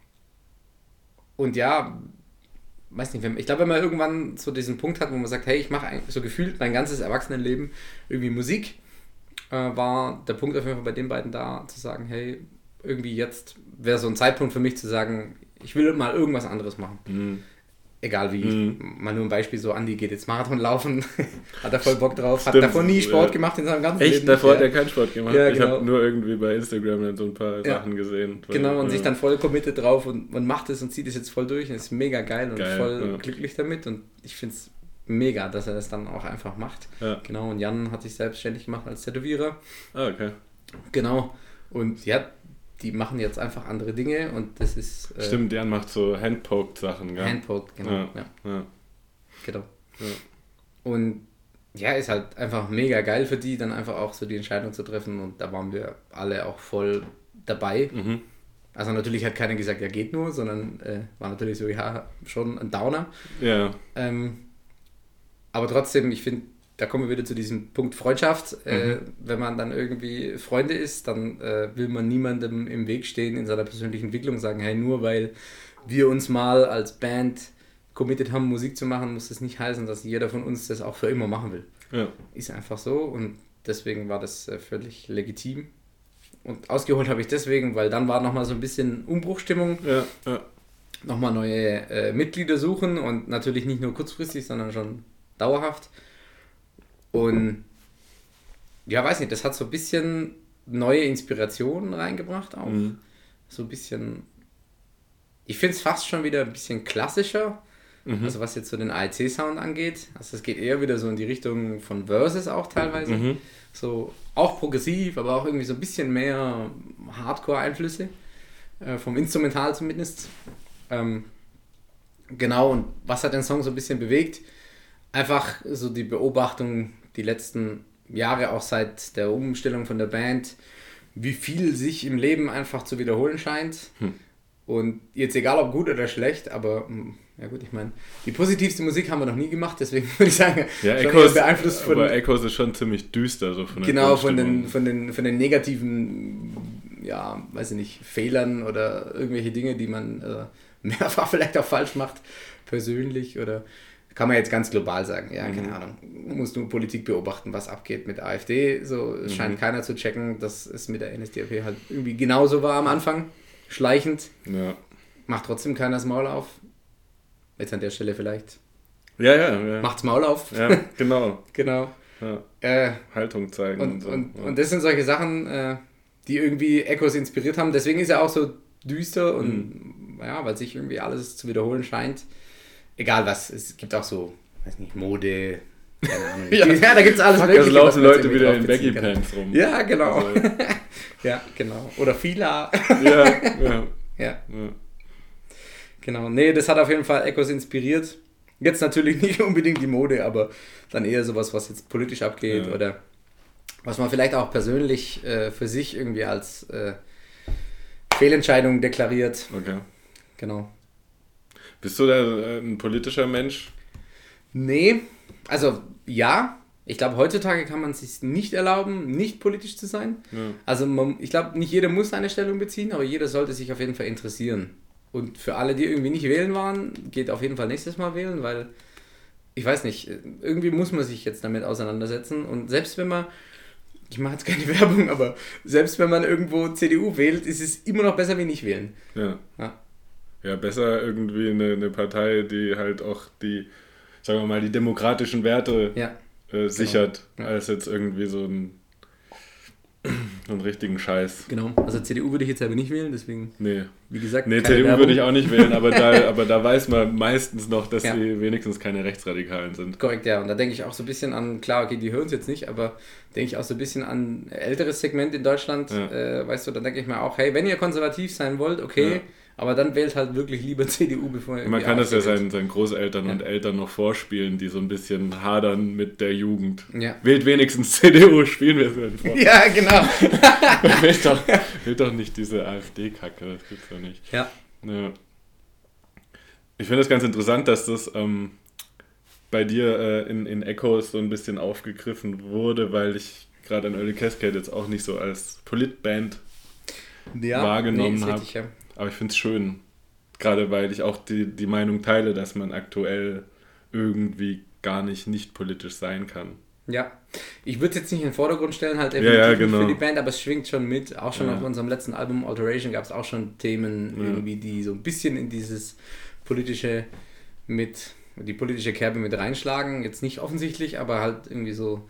[SPEAKER 1] und ja, weiß nicht, wenn, ich glaube, wenn man irgendwann so diesen Punkt hat, wo man sagt, hey, ich mache so gefühlt mein ganzes Erwachsenenleben irgendwie Musik, äh, war der Punkt auf jeden Fall bei den beiden da, zu sagen, hey, irgendwie jetzt wäre so ein Zeitpunkt für mich zu sagen, ich will mal irgendwas anderes machen.
[SPEAKER 2] Mhm.
[SPEAKER 1] Egal wie.
[SPEAKER 2] Mhm.
[SPEAKER 1] Mal nur ein Beispiel, so Andi geht jetzt Marathon laufen, hat er voll Bock drauf,
[SPEAKER 2] Stimmt.
[SPEAKER 1] hat davor nie Sport
[SPEAKER 2] Ja.
[SPEAKER 1] gemacht in seinem ganzen
[SPEAKER 2] Echt?
[SPEAKER 1] Leben.
[SPEAKER 2] Davor hat
[SPEAKER 1] ja.
[SPEAKER 2] er keinen Sport gemacht?
[SPEAKER 1] Ja,
[SPEAKER 2] Ich
[SPEAKER 1] genau.
[SPEAKER 2] habe nur irgendwie bei Instagram dann so ein paar
[SPEAKER 1] Ja.
[SPEAKER 2] Sachen gesehen.
[SPEAKER 1] Genau, und
[SPEAKER 2] ja.
[SPEAKER 1] sich dann voll committed drauf und man macht es und zieht es jetzt voll durch und ist mega geil und
[SPEAKER 2] Geil,
[SPEAKER 1] voll
[SPEAKER 2] ja.
[SPEAKER 1] glücklich damit und ich finde es mega, dass er das dann auch einfach macht.
[SPEAKER 2] Ja.
[SPEAKER 1] Genau, und Jan hat sich selbstständig gemacht als Tätowierer.
[SPEAKER 2] Ah, okay.
[SPEAKER 1] Genau, und ja, die machen jetzt einfach andere Dinge und das ist äh,
[SPEAKER 2] Stimmt, Jan macht so Handpoked-Sachen, gell?
[SPEAKER 1] Handpoked, genau.
[SPEAKER 2] Ja.
[SPEAKER 1] Ja.
[SPEAKER 2] Ja.
[SPEAKER 1] Genau.
[SPEAKER 2] Ja.
[SPEAKER 1] Und ja, ist halt einfach mega geil für die, dann einfach auch so die Entscheidung zu treffen und da waren wir alle auch voll dabei.
[SPEAKER 2] Mhm.
[SPEAKER 1] Also natürlich hat keiner gesagt, ja geht nur, sondern äh, war natürlich so, ja, schon ein Downer.
[SPEAKER 2] Ja.
[SPEAKER 1] Ähm, aber trotzdem, ich finde, da kommen wir wieder zu diesem Punkt Freundschaft. Äh,
[SPEAKER 2] Mhm.
[SPEAKER 1] wenn man dann irgendwie Freunde ist, dann äh, will man niemandem im Weg stehen in seiner persönlichen Entwicklung, sagen, hey, nur weil wir uns mal als Band committed haben, Musik zu machen, muss das nicht heißen, dass jeder von uns das auch für immer machen will.
[SPEAKER 2] Ja.
[SPEAKER 1] Ist einfach so und deswegen war das äh, völlig legitim. Und ausgeholt habe ich deswegen, weil dann war nochmal so ein bisschen Umbruchstimmung,
[SPEAKER 2] Ja. Ja.
[SPEAKER 1] nochmal neue äh, Mitglieder suchen und natürlich nicht nur kurzfristig, sondern schon dauerhaft. Und ja, weiß nicht, das hat so ein bisschen neue Inspirationen reingebracht auch.
[SPEAKER 2] Mhm.
[SPEAKER 1] So ein bisschen, ich finde es fast schon wieder ein bisschen klassischer,
[SPEAKER 2] Mhm.
[SPEAKER 1] also was jetzt so den A E C-Sound angeht. Also es geht eher wieder so in die Richtung von Versus auch teilweise.
[SPEAKER 2] Mhm.
[SPEAKER 1] So auch progressiv, aber auch irgendwie so ein bisschen mehr Hardcore-Einflüsse, äh, vom Instrumental zumindest. Ähm, genau, und was hat den Song so ein bisschen bewegt? Einfach so die Beobachtung die letzten Jahre, auch seit der Umstellung von der Band, wie viel sich im Leben einfach zu wiederholen scheint.
[SPEAKER 2] Hm.
[SPEAKER 1] Und jetzt egal ob gut oder schlecht, aber mh, ja gut, ich meine, die positivste Musik haben wir noch nie gemacht, deswegen würde ich sagen,
[SPEAKER 2] Ja,
[SPEAKER 1] schon
[SPEAKER 2] Echoes,
[SPEAKER 1] eher beeinflusst von,
[SPEAKER 2] aber Echoes ist schon ziemlich düster. So von der
[SPEAKER 1] genau, von
[SPEAKER 2] Grundstimmung.
[SPEAKER 1] den, von, den, von den negativen, ja, weiß ich nicht, Fehlern oder irgendwelche Dinge, die man äh, mehrfach vielleicht auch falsch macht, persönlich oder kann man jetzt ganz global sagen, ja, keine
[SPEAKER 2] Mhm.
[SPEAKER 1] Ahnung, man muss nur Politik beobachten, was abgeht mit der AfD, so, es
[SPEAKER 2] Mhm.
[SPEAKER 1] scheint keiner zu checken, dass es mit der N S D A P halt irgendwie genauso war am Anfang, schleichend,
[SPEAKER 2] Ja.
[SPEAKER 1] macht trotzdem keiner das Maul auf, jetzt an der Stelle vielleicht,
[SPEAKER 2] Ja, ja, ja.
[SPEAKER 1] macht's Maul auf,
[SPEAKER 2] Ja, genau.
[SPEAKER 1] genau,
[SPEAKER 2] Ja.
[SPEAKER 1] äh,
[SPEAKER 2] Haltung zeigen.
[SPEAKER 1] Und,
[SPEAKER 2] so.
[SPEAKER 1] und,
[SPEAKER 2] ja.
[SPEAKER 1] und das sind solche Sachen, äh, die irgendwie Echos inspiriert haben. Deswegen ist er auch so düster und ja, weil sich irgendwie alles zu wiederholen scheint. Egal was, es gibt auch so, weiß nicht, Mode, keine Ahnung.
[SPEAKER 2] Ja.
[SPEAKER 1] ja, da gibt es alles
[SPEAKER 2] Fuck,
[SPEAKER 1] Mögliche.
[SPEAKER 2] es
[SPEAKER 1] was
[SPEAKER 2] laufen
[SPEAKER 1] man jetzt
[SPEAKER 2] Leute
[SPEAKER 1] irgendwie
[SPEAKER 2] wieder
[SPEAKER 1] drauf
[SPEAKER 2] in
[SPEAKER 1] beziehen
[SPEAKER 2] Baggy
[SPEAKER 1] kann.
[SPEAKER 2] Pants rum.
[SPEAKER 1] Ja, genau.
[SPEAKER 2] Also,
[SPEAKER 1] ja, genau. Oder Fila.
[SPEAKER 2] ja, ja,
[SPEAKER 1] ja,
[SPEAKER 2] ja.
[SPEAKER 1] genau. Nee, das hat auf jeden Fall Echos inspiriert. Jetzt natürlich nicht unbedingt die Mode, aber dann eher sowas, was jetzt politisch abgeht
[SPEAKER 2] Ja.
[SPEAKER 1] oder was man vielleicht auch persönlich äh, für sich irgendwie als äh, Fehlentscheidung deklariert.
[SPEAKER 2] Okay.
[SPEAKER 1] Genau.
[SPEAKER 2] Bist du da äh, ein politischer Mensch?
[SPEAKER 1] Nee, also ja, ich glaube heutzutage kann man es sich nicht erlauben, nicht politisch zu sein.
[SPEAKER 2] Ja.
[SPEAKER 1] Also man, ich glaube, nicht jeder muss eine Stellung beziehen, aber jeder sollte sich auf jeden Fall interessieren. Und für alle, die irgendwie nicht wählen waren, geht auf jeden Fall nächstes Mal wählen, weil ich weiß nicht, irgendwie muss man sich jetzt damit auseinandersetzen. Und selbst wenn man, ich mache jetzt keine Werbung, aber selbst wenn man irgendwo C D U wählt, ist es immer noch besser wie nicht wählen.
[SPEAKER 2] Ja.
[SPEAKER 1] Ja.
[SPEAKER 2] Ja, besser irgendwie eine, eine Partei, die halt auch die, sagen wir mal, die demokratischen Werte
[SPEAKER 1] Ja,
[SPEAKER 2] äh, sichert,
[SPEAKER 1] Ja.
[SPEAKER 2] als jetzt irgendwie so ein so einen richtigen Scheiß.
[SPEAKER 1] genau. Also C D U würde ich jetzt selber nicht wählen, deswegen,
[SPEAKER 2] Nee.
[SPEAKER 1] wie gesagt,
[SPEAKER 2] Nee,
[SPEAKER 1] keine
[SPEAKER 2] C D U
[SPEAKER 1] Werbung.
[SPEAKER 2] würde ich auch nicht wählen, aber da, aber da weiß man meistens noch, dass
[SPEAKER 1] Ja.
[SPEAKER 2] sie wenigstens keine Rechtsradikalen sind.
[SPEAKER 1] Korrekt, ja. Und da denke ich auch so ein bisschen an, klar, okay, die hören es jetzt nicht, aber denke ich auch so ein bisschen an ein älteres Segment in Deutschland.
[SPEAKER 2] Ja.
[SPEAKER 1] Äh, weißt du, da denke ich mir auch, hey, wenn ihr konservativ sein wollt, okay,
[SPEAKER 2] Ja.
[SPEAKER 1] aber dann wählt halt wirklich lieber C D U, bevor er
[SPEAKER 2] Man kann das ja seinen, seinen Großeltern ja. und Eltern noch vorspielen, die so ein bisschen hadern mit der Jugend.
[SPEAKER 1] Ja.
[SPEAKER 2] Wählt wenigstens C D U, spielen wir es dann vor.
[SPEAKER 1] Ja, genau.
[SPEAKER 2] wählt, doch, wählt doch nicht diese AfD-Kacke, das gibt's doch nicht.
[SPEAKER 1] Ja.
[SPEAKER 2] ja. Ich finde es ganz interessant, dass das ähm, bei dir äh, in, in Echoes so ein bisschen aufgegriffen wurde, weil ich gerade an Early Cascade jetzt auch nicht so als Politband ja, wahrgenommen nee, habe. Ja. Aber ich finde es schön, gerade weil ich auch die, die Meinung teile, dass man aktuell irgendwie gar nicht nicht politisch sein kann.
[SPEAKER 1] Ja, ich würde es jetzt nicht in den Vordergrund stellen, halt definitiv
[SPEAKER 2] ja, ja, genau.
[SPEAKER 1] für die Band, aber es schwingt schon mit. Auch schon ja. auf unserem letzten Album Alteration gab es auch schon Themen, ja. irgendwie, die so ein bisschen in dieses politische mit, die politische Kerbe mit reinschlagen. Jetzt nicht offensichtlich, aber halt irgendwie so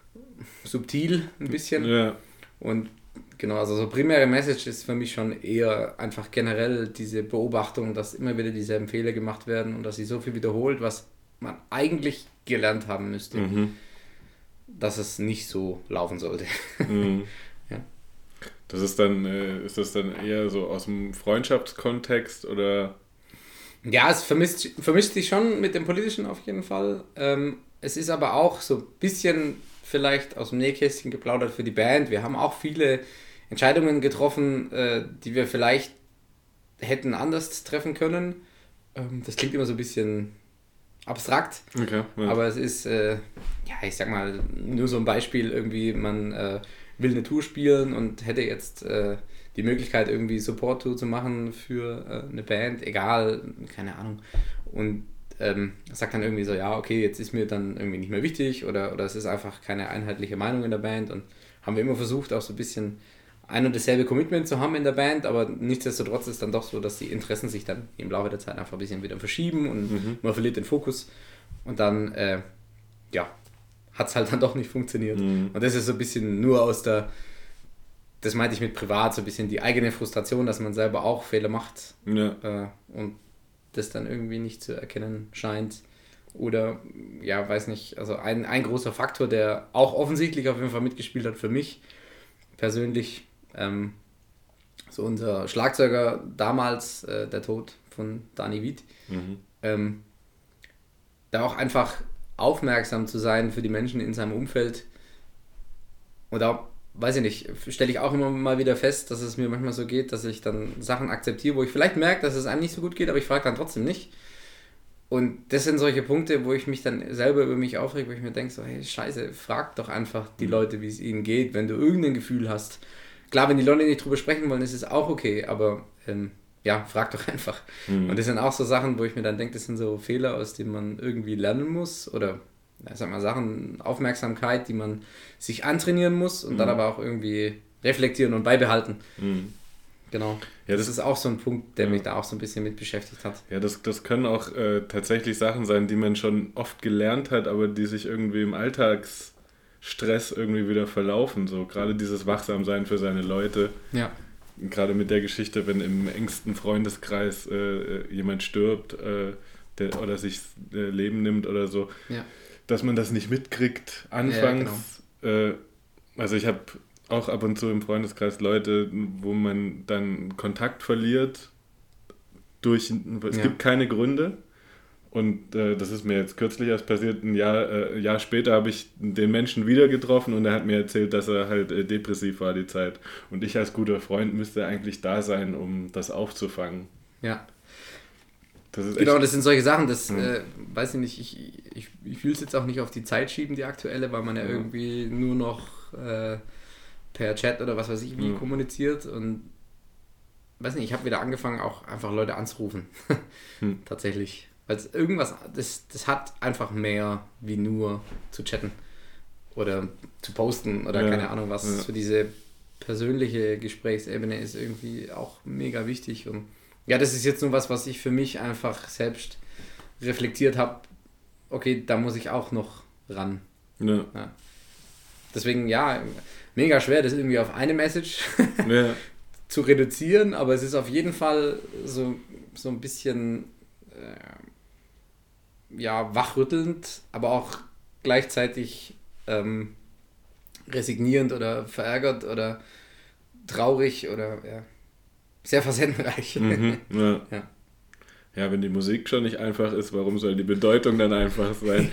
[SPEAKER 1] subtil ein bisschen.
[SPEAKER 2] Ja.
[SPEAKER 1] Und genau, also so primäre Message ist für mich schon eher einfach generell diese Beobachtung, dass immer wieder dieselben Fehler gemacht werden und dass sie so viel wiederholt, was man eigentlich gelernt haben müsste,
[SPEAKER 2] mhm.
[SPEAKER 1] dass es nicht so laufen sollte.
[SPEAKER 2] Mhm.
[SPEAKER 1] ja.
[SPEAKER 2] Das ist dann, äh, ist das dann eher so aus dem Freundschaftskontext oder?
[SPEAKER 1] Ja, es vermischt, vermischt sich schon mit dem Politischen auf jeden Fall. Ähm, es ist aber auch so ein bisschen vielleicht aus dem Nähkästchen geplaudert für die Band. Wir haben auch viele Entscheidungen getroffen, äh, die wir vielleicht hätten anders treffen können. Ähm, das klingt immer so ein bisschen abstrakt,
[SPEAKER 2] okay, ja.
[SPEAKER 1] aber es ist, äh, ja, ich sag mal, nur so ein Beispiel, irgendwie, man äh, will eine Tour spielen und hätte jetzt äh, die Möglichkeit, irgendwie Support-Tour zu machen für äh, eine Band, egal, keine Ahnung, und ähm, sagt dann irgendwie so, ja, okay, jetzt ist mir dann irgendwie nicht mehr wichtig oder, oder es ist einfach keine einheitliche Meinung in der Band und haben wir immer versucht, auch so ein bisschen ein und dasselbe Commitment zu haben in der Band, aber nichtsdestotrotz ist dann doch so, dass die Interessen sich dann im Laufe der Zeit einfach ein bisschen wieder verschieben und mhm. man verliert den Fokus und dann, äh, ja, hat es halt dann doch nicht funktioniert. Mhm. Und das ist so ein bisschen nur aus der, das meinte ich mit privat, so ein bisschen die eigene Frustration, dass man selber auch Fehler macht
[SPEAKER 2] ja.
[SPEAKER 1] äh, und das dann irgendwie nicht zu erkennen scheint. Oder, ja, weiß nicht, also ein, ein großer Faktor, der auch offensichtlich auf jeden Fall mitgespielt hat für mich persönlich, ähm, so unser Schlagzeuger damals, äh, der Tod von Dani Wied,
[SPEAKER 2] mhm.
[SPEAKER 1] ähm, da auch einfach aufmerksam zu sein für die Menschen in seinem Umfeld. Und da, weiß ich nicht, stelle ich auch immer mal wieder fest, dass es mir manchmal so geht, dass ich dann Sachen akzeptiere, wo ich vielleicht merke, dass es einem nicht so gut geht, aber ich frage dann trotzdem nicht. Und das sind solche Punkte, wo ich mich dann selber über mich aufrege, wo ich mir denke, so, hey, scheiße, frag doch einfach die Leute, wie es ihnen geht, wenn du irgendein Gefühl hast. Klar, wenn die Leute nicht drüber sprechen wollen, ist es auch okay, aber ähm, ja, frag doch einfach. Mhm. Und das sind auch so Sachen, wo ich mir dann denke, das sind so Fehler, aus denen man irgendwie lernen muss oder, ja, sag mal, Sachen, Aufmerksamkeit, die man sich antrainieren muss und mhm. dann aber auch irgendwie reflektieren und beibehalten.
[SPEAKER 2] Mhm.
[SPEAKER 1] Genau. Ja, das, das ist auch so ein Punkt, der ja. mich da auch so ein bisschen mit beschäftigt hat.
[SPEAKER 2] Ja, das, das können auch äh, tatsächlich Sachen sein, die man schon oft gelernt hat, aber die sich irgendwie im Alltagsstress irgendwie wieder verlaufen. So gerade dieses Wachsamsein für seine Leute.
[SPEAKER 1] Ja.
[SPEAKER 2] Gerade mit der Geschichte, wenn im engsten Freundeskreis äh, jemand stirbt äh, der, oder sich äh, Leben nimmt oder so,
[SPEAKER 1] ja.
[SPEAKER 2] dass man das nicht mitkriegt anfangs. Ja, genau. äh, also ich habe auch ab und zu im Freundeskreis Leute, wo man dann Kontakt verliert durch, es
[SPEAKER 1] ja.
[SPEAKER 2] gibt keine Gründe und äh, das ist mir jetzt kürzlich erst passiert, ein Jahr, äh, Jahr später habe ich den Menschen wieder getroffen und er hat mir erzählt, dass er halt äh, depressiv war die Zeit und ich als guter Freund müsste eigentlich da sein, um das aufzufangen.
[SPEAKER 1] Ja.
[SPEAKER 2] Das ist
[SPEAKER 1] genau,
[SPEAKER 2] echt,
[SPEAKER 1] das sind solche Sachen, das
[SPEAKER 2] mhm.
[SPEAKER 1] äh, weiß ich nicht, ich, ich, ich will es jetzt auch nicht auf die Zeit schieben, die aktuelle, weil man ja, ja. irgendwie nur noch äh, per Chat oder was weiß ich wie mhm. kommuniziert und weiß nicht, ich habe wieder angefangen, auch einfach Leute anzurufen. mhm. Tatsächlich. Weil irgendwas, das, das hat einfach mehr wie nur zu chatten oder zu posten oder ja. keine Ahnung was. Ja. Für diese persönliche Gesprächsebene ist irgendwie auch mega wichtig und ja, das ist jetzt nur was, was ich für mich einfach selbst reflektiert habe. Okay, da muss ich auch noch ran.
[SPEAKER 2] Ja.
[SPEAKER 1] Ja. Deswegen, ja, mega schwer, das irgendwie auf eine Message
[SPEAKER 2] ja.
[SPEAKER 1] zu reduzieren, aber es ist auf jeden Fall so, so ein bisschen äh, ja, wachrüttelnd, aber auch gleichzeitig ähm, resignierend oder verärgert oder traurig oder ja. sehr facettenreich.
[SPEAKER 2] Mhm, ja.
[SPEAKER 1] ja.
[SPEAKER 2] Ja, wenn die Musik schon nicht einfach ist, warum soll die Bedeutung dann einfach sein?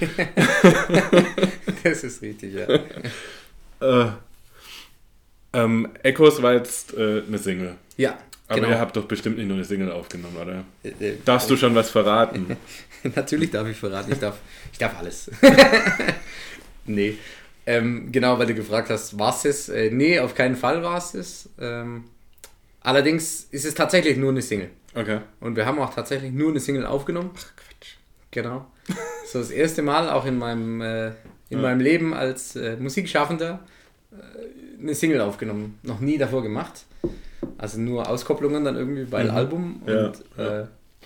[SPEAKER 1] Das ist richtig, ja.
[SPEAKER 2] äh, ähm, Echos war jetzt äh, eine Single.
[SPEAKER 1] Ja,
[SPEAKER 2] Aber
[SPEAKER 1] genau.
[SPEAKER 2] ihr habt doch bestimmt nicht nur eine Single aufgenommen, oder?
[SPEAKER 1] Äh, äh,
[SPEAKER 2] Darfst du schon was verraten?
[SPEAKER 1] Natürlich darf ich verraten, ich darf, ich darf alles. Nee, ähm, genau, weil du gefragt hast, war es das? Äh, nee, auf keinen Fall war es das. Ähm, allerdings ist es tatsächlich nur eine Single.
[SPEAKER 2] Okay.
[SPEAKER 1] Und wir haben auch tatsächlich nur eine Single aufgenommen. Ach, Quatsch. Genau. So das erste Mal auch in meinem, äh, in
[SPEAKER 2] ja.
[SPEAKER 1] meinem Leben als äh, Musikschaffender äh, eine Single aufgenommen. Noch nie davor gemacht. Also nur Auskopplungen dann irgendwie bei
[SPEAKER 2] mhm.
[SPEAKER 1] Album. Und
[SPEAKER 2] ja, ja.
[SPEAKER 1] Äh,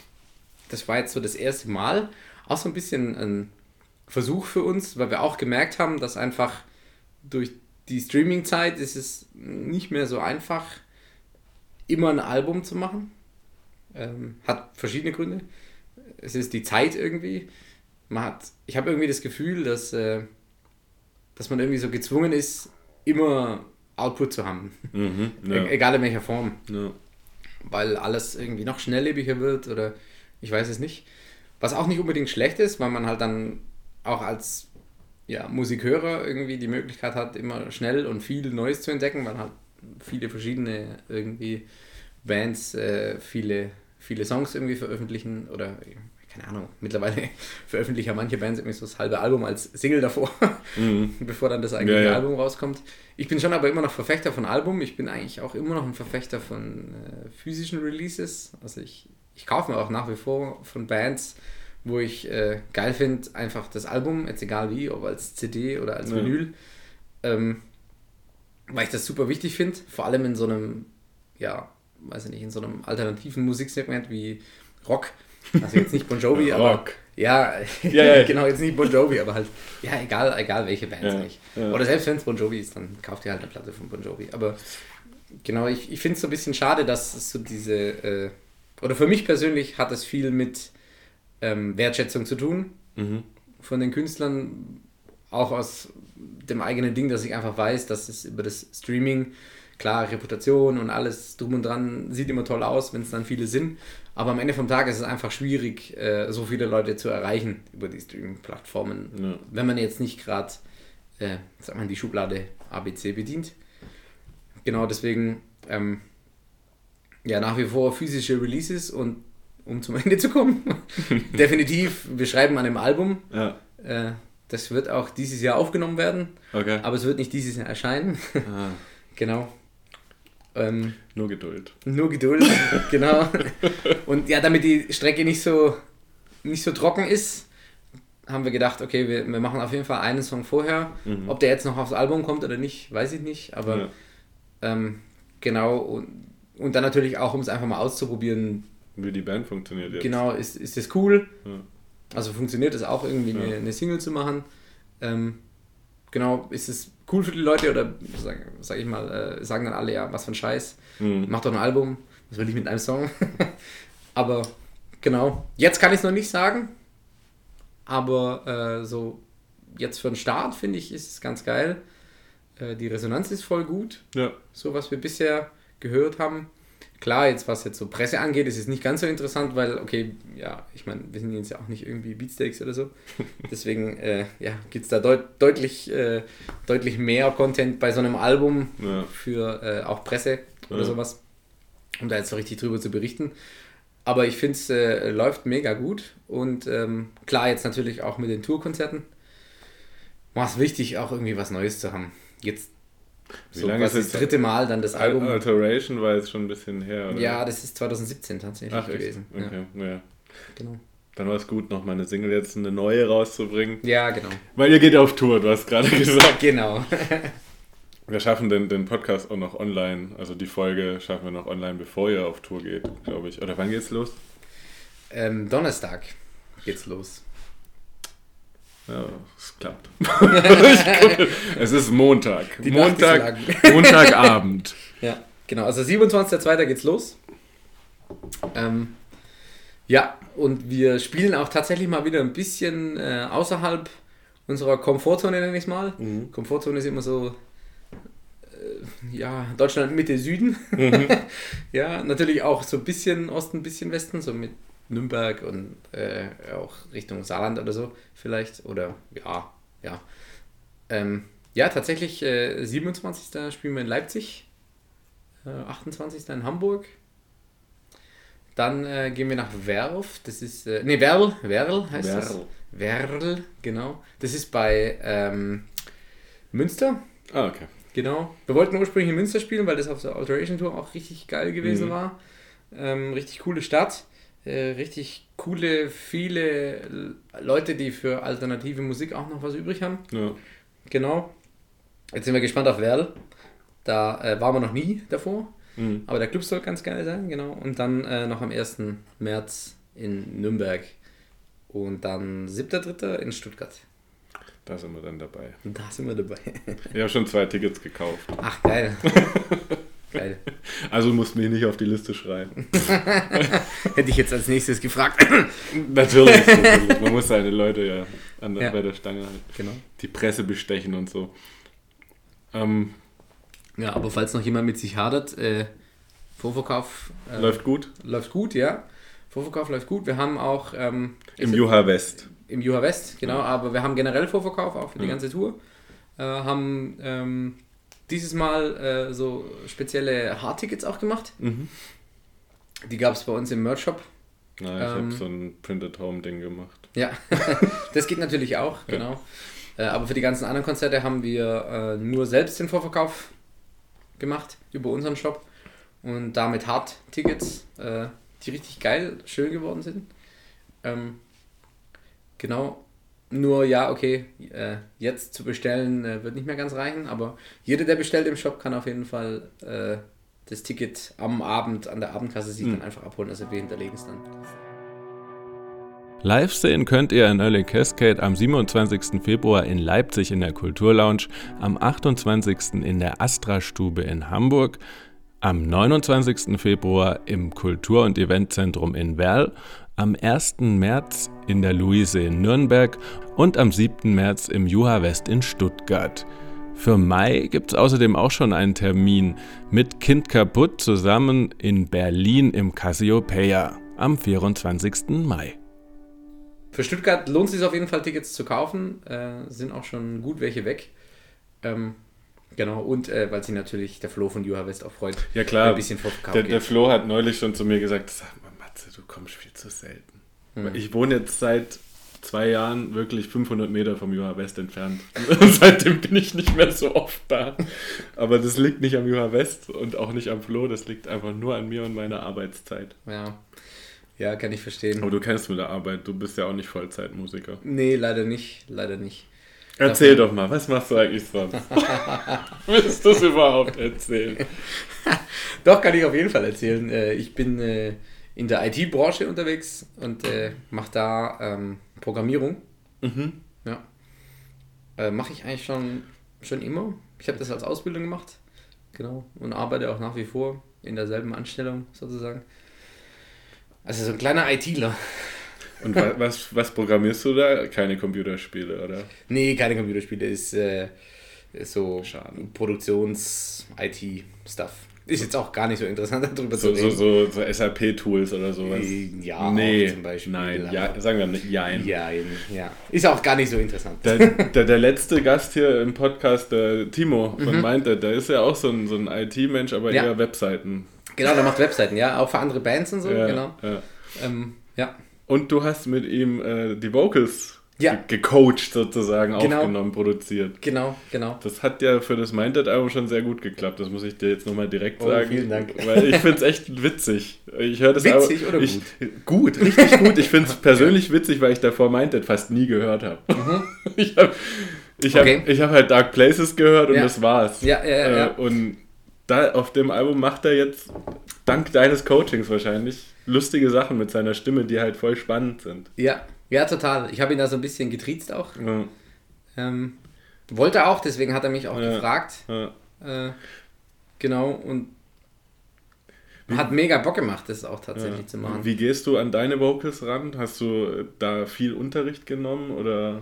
[SPEAKER 1] das war jetzt so das erste Mal. Auch so ein bisschen ein Versuch für uns, weil wir auch gemerkt haben, dass einfach durch die Streaming-Zeit ist es nicht mehr so einfach, immer ein Album zu machen. Ähm, hat verschiedene Gründe. Es ist die Zeit irgendwie. Man hat, ich habe irgendwie das Gefühl, dass, äh, dass man irgendwie so gezwungen ist, immer Output zu haben.
[SPEAKER 2] Mhm, ja.
[SPEAKER 1] e- egal in welcher Form.
[SPEAKER 2] Ja.
[SPEAKER 1] Weil alles irgendwie noch schnelllebiger wird oder ich weiß es nicht. Was auch nicht unbedingt schlecht ist, weil man halt dann auch als ja, Musikhörer irgendwie die Möglichkeit hat, immer schnell und viel Neues zu entdecken, weil halt viele verschiedene irgendwie Bands äh, viele, viele Songs irgendwie veröffentlichen oder keine Ahnung, mittlerweile veröffentlichen ja manche Bands irgendwie so das halbe Album als Single davor, mhm. bevor dann das eigentliche ja, ja. Album rauskommt. Ich bin schon aber immer noch Verfechter von Album, ich bin eigentlich auch immer noch ein Verfechter von äh, physischen Releases, also ich, ich kaufe mir auch nach wie vor von Bands, wo ich äh, geil finde, einfach das Album, jetzt egal wie, ob als C D oder als Vinyl, ja. ähm, weil ich das super wichtig finde, vor allem in so einem, ja, weiß ich nicht, in so einem alternativen Musiksegment wie Rock, also jetzt nicht Bon Jovi,
[SPEAKER 2] Rock.
[SPEAKER 1] aber ja,
[SPEAKER 2] ja, ja,
[SPEAKER 1] genau, jetzt nicht Bon Jovi, aber halt, ja, egal, egal welche Bands
[SPEAKER 2] ja,
[SPEAKER 1] eigentlich.
[SPEAKER 2] Ja.
[SPEAKER 1] Oder selbst wenn es Bon Jovi ist, dann kauft ihr halt eine Platte von Bon Jovi, aber genau, ich, ich finde es so ein bisschen schade, dass es so diese, äh, oder für mich persönlich hat es viel mit ähm, Wertschätzung zu tun,
[SPEAKER 2] mhm.
[SPEAKER 1] von den Künstlern, auch aus dem eigenen Ding, dass ich einfach weiß, dass es über das Streaming, klar, Reputation und alles drum und dran sieht immer toll aus, wenn es dann viele sind, aber am Ende vom Tag ist es einfach schwierig, äh, so viele Leute zu erreichen über die Streaming-Plattformen,
[SPEAKER 2] ja.
[SPEAKER 1] wenn man jetzt nicht gerade, äh, sag mal, die Schublade A B C bedient. Genau, deswegen ähm, ja, nach wie vor physische Releases und um zum Ende zu kommen, definitiv, wir schreiben an einem Album,
[SPEAKER 2] ja.
[SPEAKER 1] äh, das wird auch dieses Jahr aufgenommen werden,
[SPEAKER 2] okay.
[SPEAKER 1] aber es wird nicht dieses Jahr erscheinen.
[SPEAKER 2] Ah.
[SPEAKER 1] Genau. Ähm,
[SPEAKER 2] nur Geduld.
[SPEAKER 1] Nur Geduld, genau. Und ja, damit die Strecke nicht so, nicht so trocken ist, haben wir gedacht, okay, wir, wir machen auf jeden Fall einen Song vorher. Mhm. Ob der jetzt noch aufs Album kommt oder nicht, weiß ich nicht, aber
[SPEAKER 2] ja.
[SPEAKER 1] ähm, genau. Und, und dann natürlich auch, um es einfach mal auszuprobieren,
[SPEAKER 2] wie die Band funktioniert jetzt.
[SPEAKER 1] Genau, ist, ist das cool?
[SPEAKER 2] Ja.
[SPEAKER 1] Also funktioniert es auch irgendwie,
[SPEAKER 2] ja.
[SPEAKER 1] eine, eine Single zu machen? Ähm, genau, ist es cool für die Leute oder sag, sag ich mal, äh, sagen dann alle, ja, was für ein Scheiß,
[SPEAKER 2] mhm.
[SPEAKER 1] mach doch ein Album, was will ich mit einem Song? Aber genau, jetzt kann ich es noch nicht sagen, aber äh, so jetzt für den Start finde ich, ist es ganz geil. Äh, die Resonanz ist voll gut,
[SPEAKER 2] ja.
[SPEAKER 1] so was wir bisher gehört haben. Klar, jetzt was jetzt so Presse angeht, ist es nicht ganz so interessant, weil, okay, ja, ich meine, wir sind jetzt ja auch nicht irgendwie Beatsteaks oder so. Deswegen, äh, ja, gibt es da deut- deutlich, äh, deutlich mehr Content bei so einem Album
[SPEAKER 2] ja.
[SPEAKER 1] für äh, auch Presse oder
[SPEAKER 2] ja.
[SPEAKER 1] sowas, um da jetzt so richtig drüber zu berichten. Aber ich finde es äh, läuft mega gut und ähm, klar, jetzt natürlich auch mit den Tourkonzerten war es wichtig, auch irgendwie was Neues zu haben. Jetzt
[SPEAKER 2] Wie
[SPEAKER 1] so
[SPEAKER 2] lange ist
[SPEAKER 1] das dritte Mal dann das Album.
[SPEAKER 2] Alteration war jetzt schon ein bisschen her, oder?
[SPEAKER 1] Ja, das ist zwanzig siebzehn tatsächlich
[SPEAKER 2] Ach,
[SPEAKER 1] gewesen.
[SPEAKER 2] Okay, ja. ja.
[SPEAKER 1] Genau.
[SPEAKER 2] Dann war es gut, noch mal eine Single jetzt eine neue rauszubringen.
[SPEAKER 1] Ja, genau.
[SPEAKER 2] Weil ihr geht auf Tour, du hast gerade gesagt.
[SPEAKER 1] Genau.
[SPEAKER 2] Wir schaffen den, den Podcast auch noch online, also die Folge schaffen wir noch online, bevor ihr auf Tour geht, glaube ich. Oder wann geht's los?
[SPEAKER 1] Ähm, Donnerstag geht's los.
[SPEAKER 2] Ja, es klappt. Es ist Montag.
[SPEAKER 1] Die
[SPEAKER 2] Montag, Montagabend.
[SPEAKER 1] Ja, genau. Also siebenundzwanzigster zweiter geht's los. Ähm, ja, und wir spielen auch tatsächlich mal wieder ein bisschen äh, außerhalb unserer Komfortzone, nenne ich es mal. Mhm. Komfortzone ist immer so, äh, ja, Deutschland Mitte, Süden.
[SPEAKER 2] Mhm.
[SPEAKER 1] Ja, natürlich auch so ein bisschen Osten, ein bisschen Westen, so mit Nürnberg und äh, auch Richtung Saarland oder so vielleicht. Oder ja, ja. Ähm, ja, tatsächlich äh, siebenundzwanzigsten spielen wir in Leipzig, äh, achtundzwanzigsten in Hamburg. Dann äh, gehen wir nach Werl, das ist, äh, nee, Werl, Werl heißt
[SPEAKER 2] Werl.
[SPEAKER 1] das. Werl, genau. Das ist bei ähm, Münster.
[SPEAKER 2] Ah, okay.
[SPEAKER 1] Genau. Wir wollten ursprünglich in Münster spielen, weil das auf der Alteration Tour auch richtig geil gewesen
[SPEAKER 2] Mhm.
[SPEAKER 1] war. Ähm, richtig coole Stadt. Äh, richtig coole, viele Leute, die für alternative Musik auch noch was übrig haben.
[SPEAKER 2] Ja.
[SPEAKER 1] Genau. Jetzt sind wir gespannt auf Werl. Da äh, waren wir noch nie davor.
[SPEAKER 2] Mhm.
[SPEAKER 1] Aber der Club soll ganz geil sein, genau. Und dann äh, noch am ersten März in Nürnberg. Und dann siebter dritter in Stuttgart.
[SPEAKER 2] Da sind wir dann dabei.
[SPEAKER 1] Und da sind wir dabei.
[SPEAKER 2] Ich habe schon zwei Tickets gekauft.
[SPEAKER 1] Ach, geil. Geil.
[SPEAKER 2] Also musst mich nicht auf die Liste schreiben.
[SPEAKER 1] Hätte ich jetzt als nächstes gefragt.
[SPEAKER 2] Natürlich, natürlich. Man muss seine Leute ja, an der,
[SPEAKER 1] Ja.
[SPEAKER 2] bei der Stange halten.
[SPEAKER 1] Genau.
[SPEAKER 2] Die Presse bestechen und so. Ähm,
[SPEAKER 1] Ja, aber falls noch jemand mit sich hadert, äh, Vorverkauf äh,
[SPEAKER 2] läuft gut.
[SPEAKER 1] läuft gut, ja. Vorverkauf läuft gut. Wir haben auch ähm,
[SPEAKER 2] Im
[SPEAKER 1] ist-
[SPEAKER 2] Juha West.
[SPEAKER 1] im Juha West, genau, aber wir haben generell Vorverkauf auch für die
[SPEAKER 2] Ja.
[SPEAKER 1] ganze Tour. Äh, haben ähm, dieses Mal äh, so spezielle Hardtickets auch gemacht.
[SPEAKER 2] Mhm.
[SPEAKER 1] Die gab es bei uns im Merch-Shop.
[SPEAKER 2] Na, ich
[SPEAKER 1] Ähm,
[SPEAKER 2] habe so ein Printed Home Ding gemacht.
[SPEAKER 1] Ja, das geht natürlich auch, genau. Äh, aber für die ganzen anderen Konzerte haben wir äh, nur selbst den Vorverkauf gemacht über unseren Shop und damit Hard-Tickets, äh, die richtig geil, schön geworden sind. Ähm, genau, nur ja, okay, äh, jetzt zu bestellen äh, wird nicht mehr ganz reichen, aber jeder, der bestellt im Shop, kann auf jeden Fall äh, das Ticket am Abend an der Abendkasse sich
[SPEAKER 2] Mhm.
[SPEAKER 1] dann einfach abholen, also wir hinterlegen es dann.
[SPEAKER 2] Live sehen könnt ihr in Early Cascade am siebenundzwanzigsten Februar in Leipzig in der Kulturlounge, am achtundzwanzigsten in der Astra-Stube in Hamburg, am neunundzwanzigsten Februar im Kultur- und Eventzentrum in Werl, am ersten März in der Luise in Nürnberg und am siebten März im Juha West in Stuttgart. Für Mai gibt es außerdem auch schon einen Termin mit Kind kaputt zusammen in Berlin im Cassiopeia am vierundzwanzigsten Mai.
[SPEAKER 1] Für Stuttgart lohnt es sich auf jeden Fall, Tickets zu kaufen. Äh, sind auch schon gut welche weg. Ähm, genau, und äh, weil sich natürlich der Flo von Juha West auch freut.
[SPEAKER 2] Ja klar,
[SPEAKER 1] ein bisschen Vorverkauf
[SPEAKER 2] der,
[SPEAKER 1] geht.
[SPEAKER 2] der Flo hat neulich schon zu mir gesagt, sag mal Matze, du kommst viel zu selten.
[SPEAKER 1] Hm.
[SPEAKER 2] Ich wohne jetzt seit zwei Jahren wirklich fünfhundert Meter vom Juha West entfernt. Und seitdem bin ich nicht mehr so oft da. Aber das liegt nicht am Juha West und auch nicht am Flo, das liegt einfach nur an mir und meiner Arbeitszeit.
[SPEAKER 1] Ja. ja, kann ich verstehen.
[SPEAKER 2] Aber du kennst mit der Arbeit, du bist ja auch nicht Vollzeitmusiker.
[SPEAKER 1] Nee, leider nicht. Leider nicht.
[SPEAKER 2] Erzähl doch mal, was machst du eigentlich sonst? Willst du es überhaupt erzählen?
[SPEAKER 1] Doch, kann ich auf jeden Fall erzählen. Äh, ich bin äh, in der I T-Branche unterwegs und äh, mache da ähm, Programmierung.
[SPEAKER 2] Mhm.
[SPEAKER 1] Ja. Äh, mache ich eigentlich schon, schon immer. Ich habe das als Ausbildung gemacht. Genau. Und arbeite auch nach wie vor in derselben Anstellung sozusagen. Also so ein kleiner ITler.
[SPEAKER 2] Und wa- was, was programmierst du da? Keine Computerspiele, oder?
[SPEAKER 1] Nee, keine Computerspiele. Ist äh, ist so
[SPEAKER 2] Schade.
[SPEAKER 1] Produktions-I T-Stuff. Ist jetzt auch gar nicht so interessant, darüber
[SPEAKER 2] So,
[SPEAKER 1] zu
[SPEAKER 2] so,
[SPEAKER 1] reden.
[SPEAKER 2] so, so S A P-Tools oder sowas?
[SPEAKER 1] Ja,
[SPEAKER 2] nee,
[SPEAKER 1] auch zum Beispiel.
[SPEAKER 2] nein,
[SPEAKER 1] aber-
[SPEAKER 2] ja, sagen wir nicht, jein.
[SPEAKER 1] Ja, eben, ja. Ist auch gar nicht so interessant.
[SPEAKER 2] Der, der, der letzte Gast hier im Podcast, der Timo von
[SPEAKER 1] Mhm.
[SPEAKER 2] Minded, der ist ja auch so ein, so ein I T-Mensch, aber
[SPEAKER 1] Ja.
[SPEAKER 2] eher Webseiten.
[SPEAKER 1] Genau, der macht Webseiten, ja, auch für andere Bands und so,
[SPEAKER 2] Ja,
[SPEAKER 1] genau.
[SPEAKER 2] ja.
[SPEAKER 1] Ähm, ja.
[SPEAKER 2] Und du hast mit ihm äh, die Vocals
[SPEAKER 1] Ja.
[SPEAKER 2] ge- gecoacht sozusagen,
[SPEAKER 1] Genau.
[SPEAKER 2] aufgenommen, produziert.
[SPEAKER 1] Genau, genau.
[SPEAKER 2] Das hat ja für das Minded-Album schon sehr gut geklappt, das muss ich dir jetzt nochmal direkt
[SPEAKER 1] Oh,
[SPEAKER 2] sagen.
[SPEAKER 1] vielen Dank.
[SPEAKER 2] Weil ich finde es echt witzig. Ich höre das
[SPEAKER 1] Witzig
[SPEAKER 2] Album-
[SPEAKER 1] oder
[SPEAKER 2] ich, gut? richtig gut. Ich finde es persönlich witzig, weil ich davor Minded fast nie gehört habe. Ich habe ich hab,
[SPEAKER 1] Okay.
[SPEAKER 2] ich hab halt Dark Places gehört und
[SPEAKER 1] Ja.
[SPEAKER 2] das war's.
[SPEAKER 1] Ja, ja, ja, ja.
[SPEAKER 2] Äh, und da auf dem Album macht er jetzt, dank deines Coachings wahrscheinlich, lustige Sachen mit seiner Stimme, die halt voll spannend sind.
[SPEAKER 1] Ja, ja, total. Ich habe ihn da so ein bisschen getriezt auch.
[SPEAKER 2] Ja,
[SPEAKER 1] Ähm, wollte auch, deswegen hat er mich auch
[SPEAKER 2] Ja.
[SPEAKER 1] gefragt.
[SPEAKER 2] ja.
[SPEAKER 1] Äh, genau, und hat mega Bock gemacht, das auch tatsächlich
[SPEAKER 2] Ja.
[SPEAKER 1] zu machen.
[SPEAKER 2] Wie gehst du an deine Vocals ran? Hast du da viel Unterricht genommen oder?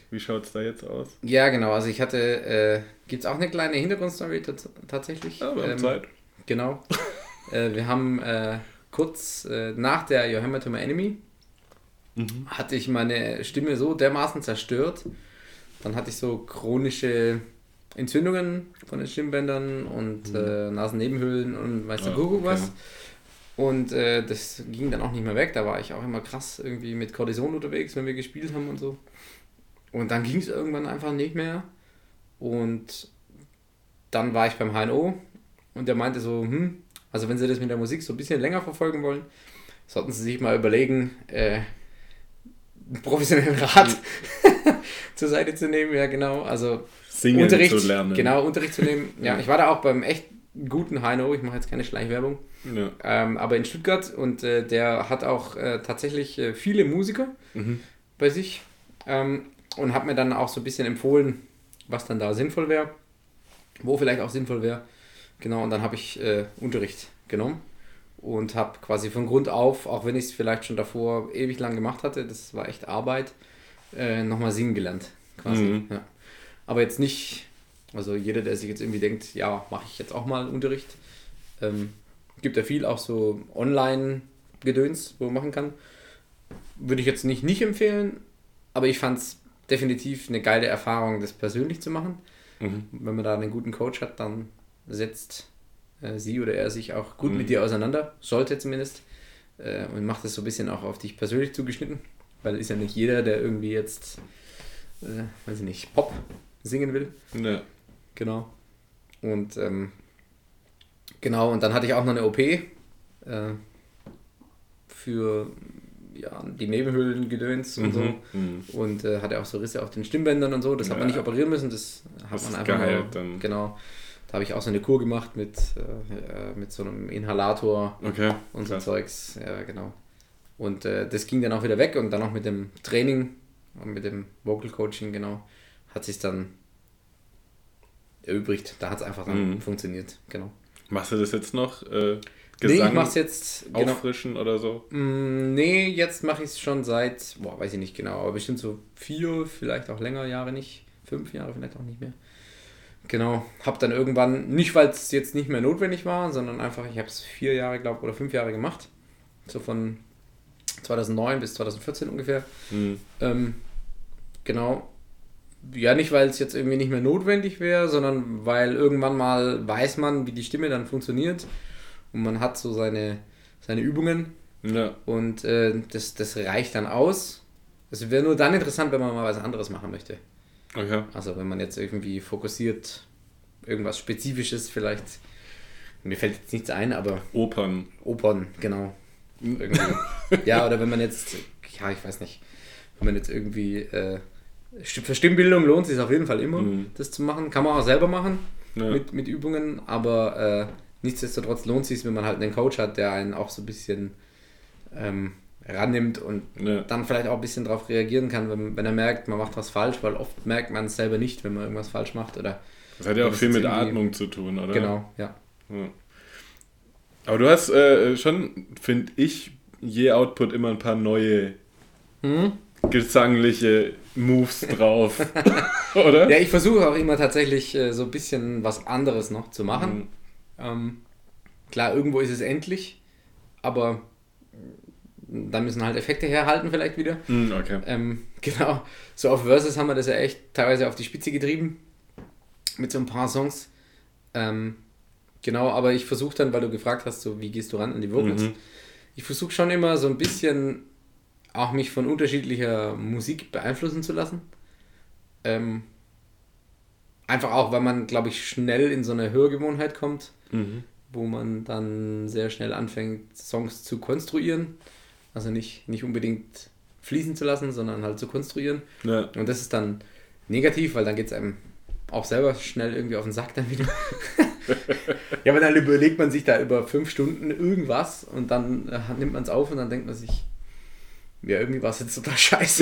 [SPEAKER 2] Wie schaut es da jetzt aus?
[SPEAKER 1] Ja, genau. Also ich hatte, äh, gibt es auch eine kleine Hintergrundstory t- tatsächlich.
[SPEAKER 2] Ja, wir haben
[SPEAKER 1] ähm,
[SPEAKER 2] Zeit.
[SPEAKER 1] Genau. äh, wir haben äh, kurz äh, nach der Your Hammer to My Enemy mhm. hatte ich meine Stimme so dermaßen zerstört. Dann hatte ich so chronische Entzündungen von den Stimmbändern und mhm. äh, Nasennebenhöhlen und weiß der Kuckuck okay. was. Und äh, das ging dann auch nicht mehr weg. Da war ich auch immer krass irgendwie mit Cortison unterwegs, wenn wir gespielt haben und so. Und dann ging es irgendwann einfach nicht mehr. Und dann war ich beim H N O und der meinte so, hm, also wenn Sie das mit der Musik so ein bisschen länger verfolgen wollen, sollten Sie sich mal überlegen, äh, einen professionellen Rat zur Seite zu nehmen. Ja, genau. Also
[SPEAKER 2] Singen
[SPEAKER 1] Unterricht,
[SPEAKER 2] zu lernen.
[SPEAKER 1] Genau, Unterricht zu nehmen. Ja, ich war da auch beim echt guten H N O, ich mache jetzt keine Schleichwerbung, ja. ähm, aber in Stuttgart und äh, der hat auch äh, tatsächlich äh, viele Musiker mhm. bei sich ähm, und hat mir dann auch so ein bisschen empfohlen, was dann da sinnvoll wäre, wo vielleicht auch sinnvoll wäre. Genau, und dann habe ich äh, Unterricht genommen und habe quasi von Grund auf, auch wenn ich es vielleicht schon davor ewig lang gemacht hatte, das war echt Arbeit, äh, nochmal singen gelernt quasi. Mhm. Ja. Aber jetzt nicht... Also jeder, der sich jetzt irgendwie denkt, ja, mache ich jetzt auch mal Unterricht. Ähm, gibt ja viel auch so Online-Gedöns, wo man machen kann. Würde ich jetzt nicht nicht empfehlen, aber ich fand es definitiv eine geile Erfahrung, das persönlich zu machen. Mhm. Wenn man da einen guten Coach hat, dann setzt äh, sie oder er sich auch gut mhm. mit dir auseinander, sollte zumindest, äh, und macht das so ein bisschen auch auf dich persönlich zugeschnitten, weil ist ja nicht jeder, der irgendwie jetzt, äh, weiß ich nicht, Pop singen will.
[SPEAKER 2] Ja.
[SPEAKER 1] Genau. Und ähm, genau, und dann hatte ich auch noch eine O P äh, für ja, die Nebenhöhlengedöns und mhm. so. Mhm. Und äh, hatte auch so Risse auf den Stimmbändern und so. Das ja. hat man nicht operieren müssen, das hat das man einfach geheilt, nur, dann. Genau. Da habe ich auch so eine Kur gemacht mit, äh, mit so einem Inhalator
[SPEAKER 2] okay.
[SPEAKER 1] und so Zeugs. Ja, genau. Und äh, das ging dann auch wieder weg und dann auch mit dem Training und mit dem Vocal Coaching, genau, hat sich dann erübrigt. Da hat es einfach dann mhm. funktioniert, genau.
[SPEAKER 2] Machst du das jetzt noch? Äh,
[SPEAKER 1] Gesang nee, ich mach's jetzt...
[SPEAKER 2] Auffrischen genau. oder so?
[SPEAKER 1] Mm, nee, jetzt mache ich es schon seit, boah, weiß ich nicht genau, aber bestimmt so vier, vielleicht auch länger Jahre nicht. Fünf Jahre vielleicht auch nicht mehr. Genau. Hab dann irgendwann, nicht weil es jetzt nicht mehr notwendig war, sondern einfach, ich habe es vier Jahre, glaube oder fünf Jahre gemacht. So von zweitausendneun bis zweitausendvierzehn ungefähr. Mhm. Ähm, genau. Ja, nicht, weil es jetzt irgendwie nicht mehr notwendig wäre, sondern weil irgendwann mal weiß man, wie die Stimme dann funktioniert und man hat so seine, seine Übungen
[SPEAKER 2] ja.
[SPEAKER 1] und äh, das, das reicht dann aus. Es wäre nur dann interessant, wenn man mal was anderes machen möchte.
[SPEAKER 2] Okay.
[SPEAKER 1] Also wenn man jetzt irgendwie fokussiert, irgendwas Spezifisches vielleicht, mir fällt jetzt nichts ein, aber...
[SPEAKER 2] Opern.
[SPEAKER 1] Opern, genau. Irgendwie. Ja, oder wenn man jetzt, ja, ich weiß nicht, wenn man jetzt irgendwie... Äh, für Stimmbildung lohnt es sich auf jeden Fall immer, mhm. das zu machen. Kann man auch selber machen, ja. mit, mit Übungen, aber äh, nichtsdestotrotz lohnt es sich, wenn man halt einen Coach hat, der einen auch so ein bisschen ähm, rannimmt und ja. dann vielleicht auch ein bisschen darauf reagieren kann, wenn, wenn er merkt, man macht was falsch, weil oft merkt man es selber nicht, wenn man irgendwas falsch macht. Oder
[SPEAKER 2] das hat ja auch viel mit Atmung zu tun, oder?
[SPEAKER 1] Genau, ja.
[SPEAKER 2] ja. Aber du hast äh, schon, finde ich, je Output immer ein paar neue hm? gesangliche Moves drauf, oder?
[SPEAKER 1] Ja, ich versuche auch immer tatsächlich äh, so ein bisschen was anderes noch zu machen. Mhm. Ähm, klar, irgendwo ist es endlich, aber da müssen halt Effekte herhalten vielleicht wieder.
[SPEAKER 2] Mhm, okay.
[SPEAKER 1] Ähm, genau, so auf Versus haben wir das ja echt teilweise auf die Spitze getrieben, mit so ein paar Songs. Ähm, genau, aber ich versuche dann, weil du gefragt hast, so wie gehst du ran an die Vocals, mhm. ich versuche schon immer so ein bisschen auch mich von unterschiedlicher Musik beeinflussen zu lassen. Ähm, einfach auch, weil man, glaube ich, schnell in so eine Hörgewohnheit kommt, mhm. wo man dann sehr schnell anfängt, Songs zu konstruieren. Also nicht, nicht unbedingt fließen zu lassen, sondern halt zu konstruieren.
[SPEAKER 2] Ja.
[SPEAKER 1] Und das ist dann negativ, weil dann geht es einem auch selber schnell irgendwie auf den Sack dann wieder. Ja, aber dann überlegt man sich da über fünf Stunden irgendwas und dann äh, nimmt man es auf und dann denkt man sich, ja, irgendwie war es jetzt total scheiße.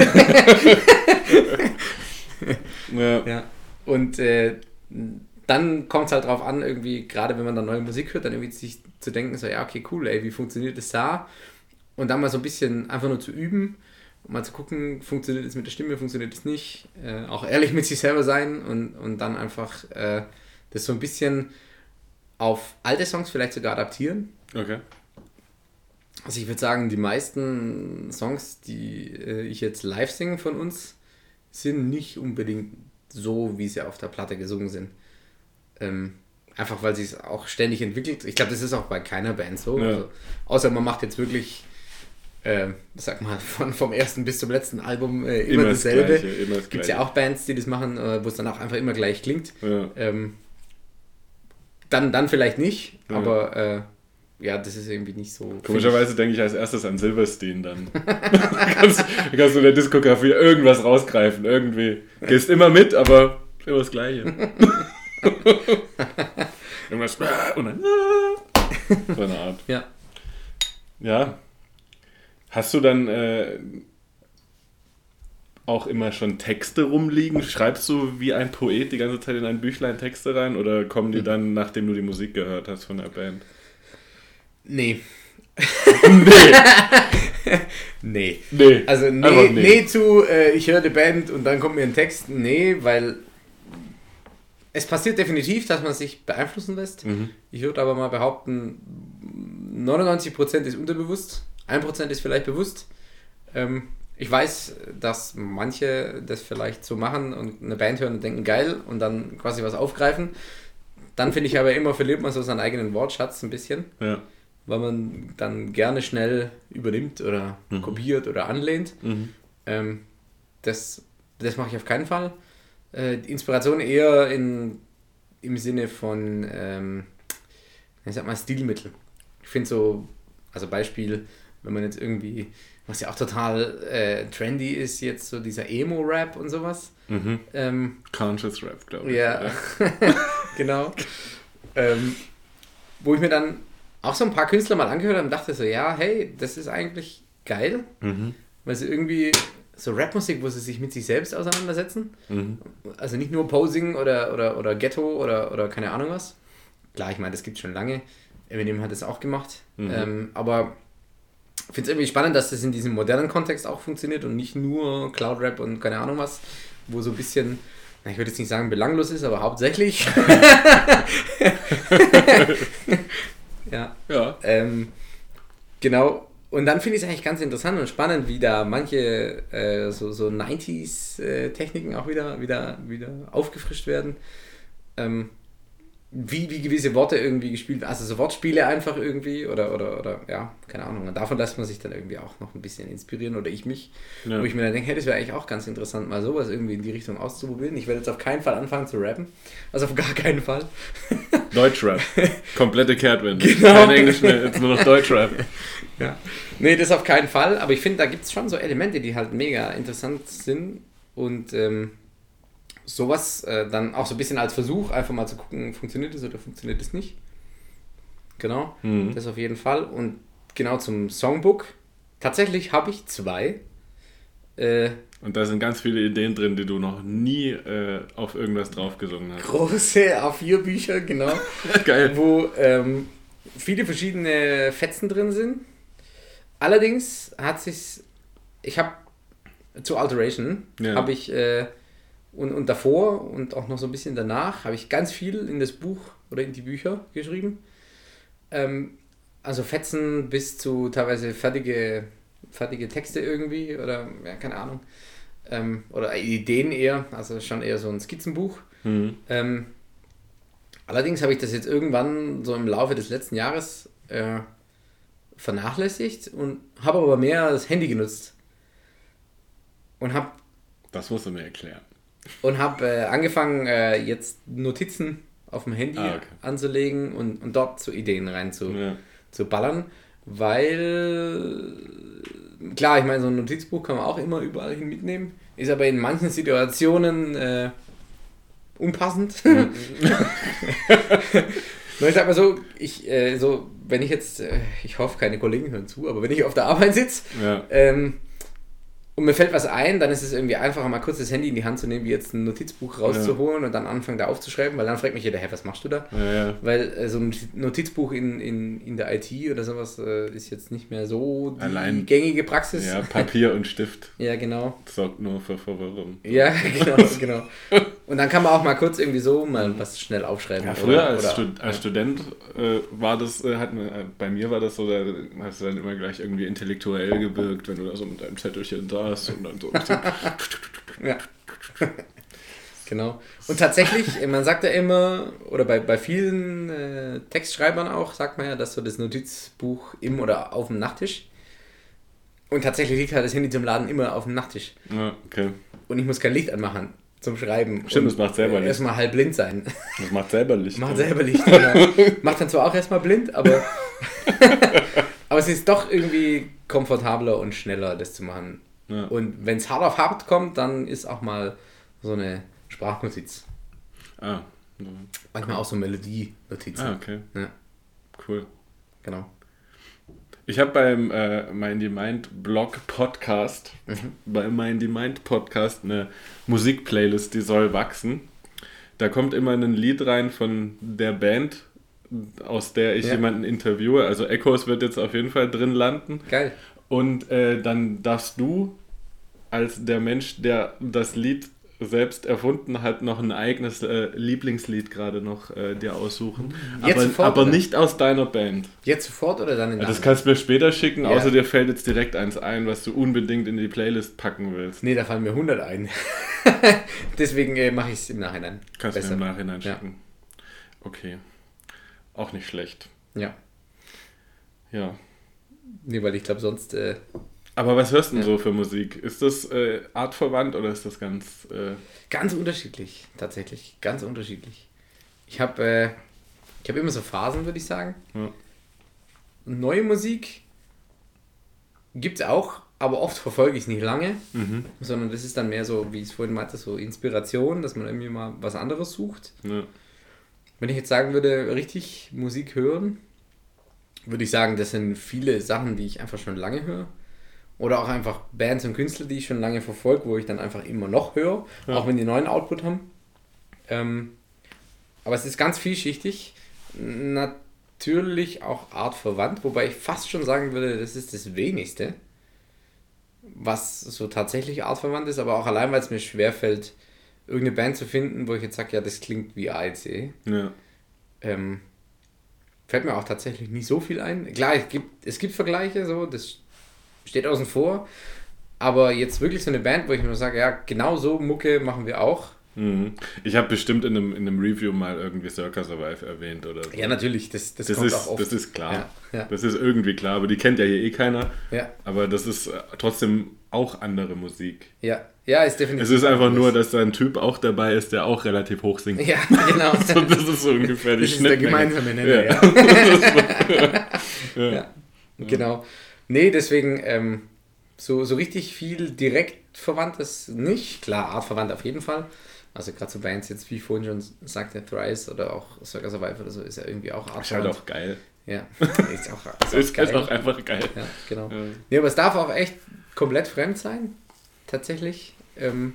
[SPEAKER 2] ja.
[SPEAKER 1] ja. Und äh, dann kommt es halt drauf an, irgendwie, gerade wenn man dann neue Musik hört, dann irgendwie sich zu denken, so, ja, okay, cool, ey, wie funktioniert das da? Und dann mal so ein bisschen einfach nur zu üben um mal zu gucken, funktioniert es mit der Stimme, funktioniert es nicht. Äh, auch ehrlich mit sich selber sein und, und dann einfach äh, das so ein bisschen auf alte Songs vielleicht sogar adaptieren.
[SPEAKER 2] Okay.
[SPEAKER 1] Also ich würde sagen, die meisten Songs, die äh, ich jetzt live singe von uns, sind nicht unbedingt so, wie sie auf der Platte gesungen sind. Ähm, einfach weil sie es auch ständig entwickelt. Ich glaube, das ist auch bei keiner Band so.
[SPEAKER 2] Ja.
[SPEAKER 1] Also, außer man macht jetzt wirklich, äh, sag mal, von, vom ersten bis zum letzten Album äh, immer,
[SPEAKER 2] immer
[SPEAKER 1] dasselbe.
[SPEAKER 2] Das Gleiche, immer das
[SPEAKER 1] Gibt es ja auch Bands, die das machen, äh, wo es dann auch einfach immer gleich klingt.
[SPEAKER 2] Ja.
[SPEAKER 1] Ähm, dann, dann vielleicht nicht,
[SPEAKER 2] Ja.
[SPEAKER 1] aber äh, ja, das ist irgendwie nicht so.
[SPEAKER 2] Komischerweise denke ich als erstes an Silverstein dann. kannst, kannst du in der Diskografie irgendwas rausgreifen, irgendwie. Gehst immer mit, aber immer das Gleiche. Irgendwas und dann so eine Art.
[SPEAKER 1] Ja.
[SPEAKER 2] Ja. Hast du dann äh, auch immer schon Texte rumliegen? Schreibst du wie ein Poet die ganze Zeit in ein Büchlein Texte rein oder kommen die dann, nachdem du die Musik gehört hast von der Band?
[SPEAKER 1] Nee.
[SPEAKER 2] Nee.
[SPEAKER 1] nee.
[SPEAKER 2] Nee.
[SPEAKER 1] Also nee,
[SPEAKER 2] Einfach
[SPEAKER 1] nee.
[SPEAKER 2] nee.
[SPEAKER 1] zu, äh, ich höre die Band und dann kommt mir ein Text. Nee, weil es passiert definitiv, dass man sich beeinflussen lässt.
[SPEAKER 2] Mhm.
[SPEAKER 1] Ich würde aber mal behaupten, neunundneunzig Prozent ist unterbewusst, ein Prozent ist vielleicht bewusst. Ähm, ich weiß, dass manche das vielleicht so machen und eine Band hören und denken, geil, und dann quasi was aufgreifen. Dann finde ich aber immer, verliert man so seinen eigenen Wortschatz ein bisschen.
[SPEAKER 2] Ja.
[SPEAKER 1] Weil man dann gerne schnell übernimmt oder
[SPEAKER 2] Mhm.
[SPEAKER 1] kopiert oder anlehnt.
[SPEAKER 2] Mhm.
[SPEAKER 1] Ähm, das das mache ich auf keinen Fall. Äh, die Inspiration eher in, im Sinne von, ähm, ich sag mal, Stilmittel. Ich finde so, also Beispiel, wenn man jetzt irgendwie, was ja auch total äh, trendy ist, jetzt so dieser Emo-Rap und sowas.
[SPEAKER 2] Mhm.
[SPEAKER 1] Ähm,
[SPEAKER 2] Conscious Rap, glaube ich.
[SPEAKER 1] ja, genau. ähm, wo ich mir dann auch so ein paar Künstler mal angehört habe und dachte so, ja, hey, das ist eigentlich geil,
[SPEAKER 2] Mhm.
[SPEAKER 1] weil sie irgendwie so Rapmusik, wo sie sich mit sich selbst auseinandersetzen,
[SPEAKER 2] Mhm.
[SPEAKER 1] also nicht nur Posing oder, oder, oder Ghetto oder, oder keine Ahnung was. Klar, ich meine, das gibt es schon lange, Eminem hat das auch gemacht,
[SPEAKER 2] Mhm.
[SPEAKER 1] ähm, aber ich finde es irgendwie spannend, dass das in diesem modernen Kontext auch funktioniert und nicht nur Cloud Rap und keine Ahnung was, wo so ein bisschen, na, ich würde jetzt nicht sagen belanglos ist, aber hauptsächlich ja.
[SPEAKER 2] Ja.
[SPEAKER 1] Ähm, genau. Und dann finde ich es eigentlich ganz interessant und spannend, wie da manche äh, so, so neunziger-Techniken auch wieder, wieder, wieder aufgefrischt werden. Ähm, wie, wie gewisse Worte irgendwie gespielt werden. Also so Wortspiele einfach irgendwie oder, oder, oder ja, keine Ahnung. Und davon lässt man sich dann irgendwie auch noch ein bisschen inspirieren oder ich mich.
[SPEAKER 2] Ja.
[SPEAKER 1] Wo ich mir dann denke, hey, das wäre eigentlich auch ganz interessant, mal sowas irgendwie in die Richtung auszuprobieren. Ich werde jetzt auf keinen Fall anfangen zu rappen. Also auf gar keinen Fall.
[SPEAKER 2] Deutschrap. Komplette Kehrtwende.
[SPEAKER 1] Genau.
[SPEAKER 2] Kein Englisch mehr, jetzt nur noch Deutschrap.
[SPEAKER 1] Ja. Nee, das auf keinen Fall, aber ich finde, da gibt es schon so Elemente, die halt mega interessant sind und ähm, sowas äh, dann auch so ein bisschen als Versuch, einfach mal zu gucken, funktioniert das oder funktioniert das nicht. Genau,
[SPEAKER 2] Mhm.
[SPEAKER 1] das auf jeden Fall. Und genau zum Songbook, tatsächlich habe ich zwei. Äh,
[SPEAKER 2] Und da sind ganz viele Ideen drin, die du noch nie äh, auf irgendwas draufgesungen hast.
[SPEAKER 1] große A vier Bücher, genau.
[SPEAKER 2] Geil.
[SPEAKER 1] Wo ähm, viele verschiedene Fetzen drin sind. Allerdings hat sich, ich habe zu Alteration,
[SPEAKER 2] Ja.
[SPEAKER 1] habe ich äh, und, und davor und auch noch so ein bisschen danach, habe ich ganz viel in das Buch oder in die Bücher geschrieben. Ähm, also Fetzen bis zu teilweise fertige, fertige Texte irgendwie oder ja, keine Ahnung. Ähm, oder Ideen eher, also schon eher so ein Skizzenbuch.
[SPEAKER 2] Mhm.
[SPEAKER 1] Ähm, allerdings habe ich das jetzt irgendwann so im Laufe des letzten Jahres äh, vernachlässigt und habe aber mehr das Handy genutzt. Und habe
[SPEAKER 2] Das musst du mir erklären.
[SPEAKER 1] und hab, äh, angefangen, äh, jetzt Notizen auf dem Handy
[SPEAKER 2] Ah, okay.
[SPEAKER 1] anzulegen und, und dort so Ideen rein zu,
[SPEAKER 2] Ja.
[SPEAKER 1] zu ballern, weil klar, ich meine, so ein Notizbuch kann man auch immer überall hin mitnehmen, ist aber in manchen Situationen äh, unpassend. Ich sag mal so, ich, äh, so, wenn ich jetzt, äh, ich hoffe, keine Kollegen hören zu, aber wenn ich auf der Arbeit sitze,
[SPEAKER 2] Ja.
[SPEAKER 1] ähm, und mir fällt was ein, dann ist es irgendwie einfacher, mal kurz das Handy in die Hand zu nehmen, wie jetzt ein Notizbuch rauszuholen ja. und dann anfangen, da aufzuschreiben, weil dann fragt mich jeder, hey, was machst du da?
[SPEAKER 2] Ja, ja.
[SPEAKER 1] Weil äh, so ein Notizbuch in, in, in der I T oder sowas äh, ist jetzt nicht mehr so die Allein, gängige Praxis.
[SPEAKER 2] Ja, Papier und Stift.
[SPEAKER 1] Ja, genau.
[SPEAKER 2] Sorgt nur für Verwirrung.
[SPEAKER 1] Ja, genau, genau. Und dann kann man auch mal kurz irgendwie so mal was schnell aufschreiben.
[SPEAKER 2] Ja, früher
[SPEAKER 1] oder,
[SPEAKER 2] als,
[SPEAKER 1] oder,
[SPEAKER 2] Stud- als
[SPEAKER 1] ja.
[SPEAKER 2] Student äh, war das, äh, hat man, äh, bei mir war das so, da hast du dann immer gleich irgendwie intellektuell gewirkt, wenn du da so mit deinem Zettelchen saß und dann so ein bisschen
[SPEAKER 1] ja. Genau. Und tatsächlich, man sagt ja immer, oder bei, bei vielen äh, Textschreibern auch, sagt man ja, dass so das Notizbuch im oder auf dem Nachttisch. Und tatsächlich liegt halt das Handy zum Laden immer auf dem Nachttisch.
[SPEAKER 2] Ja, okay.
[SPEAKER 1] Und ich muss kein Licht anmachen zum Schreiben.
[SPEAKER 2] Stimmt, das macht selber Licht.
[SPEAKER 1] Erstmal halb blind sein.
[SPEAKER 2] Das macht selber Licht.
[SPEAKER 1] Macht selber Licht, genau. Macht dann zwar auch erstmal blind, aber aber es ist doch irgendwie komfortabler und schneller, das zu machen.
[SPEAKER 2] Ja.
[SPEAKER 1] Und wenn es hart auf hart kommt, dann ist auch mal so eine Sprachnotiz.
[SPEAKER 2] Ah.
[SPEAKER 1] Manchmal auch so Melodie-Notizen.
[SPEAKER 2] Ah, okay.
[SPEAKER 1] Ja.
[SPEAKER 2] Cool.
[SPEAKER 1] Genau.
[SPEAKER 2] Ich habe beim äh, Mind the Mind Blog Podcast, mhm. beim Mind the Mind Podcast eine Musikplaylist, die soll wachsen. Da kommt immer ein Lied rein von der Band, aus der ich ja. jemanden interviewe. Also Echoes wird jetzt auf jeden Fall drin landen.
[SPEAKER 1] Geil.
[SPEAKER 2] Und äh, dann darfst du als der Mensch, der das Lied selbst erfunden hat, noch ein eigenes äh, Lieblingslied gerade noch äh, dir aussuchen.
[SPEAKER 1] Jetzt
[SPEAKER 2] aber
[SPEAKER 1] sofort,
[SPEAKER 2] aber
[SPEAKER 1] oder?
[SPEAKER 2] nicht aus deiner Band.
[SPEAKER 1] Jetzt sofort oder dann in der
[SPEAKER 2] ja, Das kannst du mir später schicken,
[SPEAKER 1] ja.
[SPEAKER 2] außer dir fällt jetzt direkt eins ein, was du unbedingt in die Playlist packen willst.
[SPEAKER 1] Nee, da fallen mir hundert ein. Deswegen äh, mache ich es im Nachhinein.
[SPEAKER 2] Kannst du mir im Nachhinein
[SPEAKER 1] ja.
[SPEAKER 2] schicken. Okay. Auch nicht schlecht.
[SPEAKER 1] Ja.
[SPEAKER 2] Ja.
[SPEAKER 1] Nee, weil ich glaube sonst... Äh,
[SPEAKER 2] Aber was hörst du denn
[SPEAKER 1] ja.
[SPEAKER 2] so für Musik? Ist das äh, artverwandt oder ist das ganz... Äh
[SPEAKER 1] ganz unterschiedlich, tatsächlich. Ganz unterschiedlich. Ich habe äh, ich hab immer so Phasen, würde ich sagen.
[SPEAKER 2] Ja.
[SPEAKER 1] Neue Musik gibt es auch, aber oft verfolge ich es nicht lange.
[SPEAKER 2] Mhm.
[SPEAKER 1] Sondern das ist dann mehr so, wie ich es vorhin meinte, so Inspiration, dass man irgendwie mal was anderes sucht.
[SPEAKER 2] Ja.
[SPEAKER 1] Wenn ich jetzt sagen würde, richtig Musik hören, würde ich sagen, das sind viele Sachen, die ich einfach schon lange höre. Oder auch einfach Bands und Künstler, die ich schon lange verfolge, wo ich dann einfach immer noch höre, ja. auch wenn die neuen Output haben. Ähm, aber es ist ganz vielschichtig. Natürlich auch artverwandt, wobei ich fast schon sagen würde, das ist das wenigste, was so tatsächlich artverwandt ist, aber auch allein, weil es mir schwerfällt, irgendeine Band zu finden, wo ich jetzt sage, ja, das klingt wie A E C.
[SPEAKER 2] Ja.
[SPEAKER 1] Ähm, fällt mir auch tatsächlich nicht so viel ein. Klar, es gibt, es gibt Vergleiche, so, das steht außen vor, aber jetzt wirklich so eine Band, wo ich mir sage, ja, genau so Mucke machen wir auch.
[SPEAKER 2] Mhm. Ich habe bestimmt in einem, in einem Review mal irgendwie Circa Survive erwähnt oder so.
[SPEAKER 1] Ja, natürlich, das, das,
[SPEAKER 2] das
[SPEAKER 1] kommt
[SPEAKER 2] ist,
[SPEAKER 1] auch oft.
[SPEAKER 2] Das ist klar,
[SPEAKER 1] ja, ja.
[SPEAKER 2] das ist irgendwie klar, aber die kennt ja hier eh keiner,
[SPEAKER 1] ja.
[SPEAKER 2] aber das ist trotzdem auch andere Musik.
[SPEAKER 1] Ja, ja, ist definitiv.
[SPEAKER 2] Es ist einfach nur, dass da ein Typ auch dabei ist, der auch relativ hoch singt.
[SPEAKER 1] Ja, genau.
[SPEAKER 2] So, das ist so ungefähr die
[SPEAKER 1] das ist der gemeinsame Nenner, ja.
[SPEAKER 2] Ja.
[SPEAKER 1] ja. ja. Genau. Nee, deswegen ähm, so, so richtig viel direkt Verwandtes nicht. Klar, artverwandt auf jeden Fall. Also gerade so Bands jetzt, wie ich vorhin schon sagte, Thrice oder auch Circa Survive oder so, ist ja irgendwie auch artverwandt.
[SPEAKER 2] Ist halt auch geil.
[SPEAKER 1] Ja, ist auch, ist auch
[SPEAKER 2] ist
[SPEAKER 1] geil.
[SPEAKER 2] auch einfach geil.
[SPEAKER 1] Ja, genau.
[SPEAKER 2] Ja.
[SPEAKER 1] Nee, aber es darf auch echt komplett fremd sein, tatsächlich. Ähm,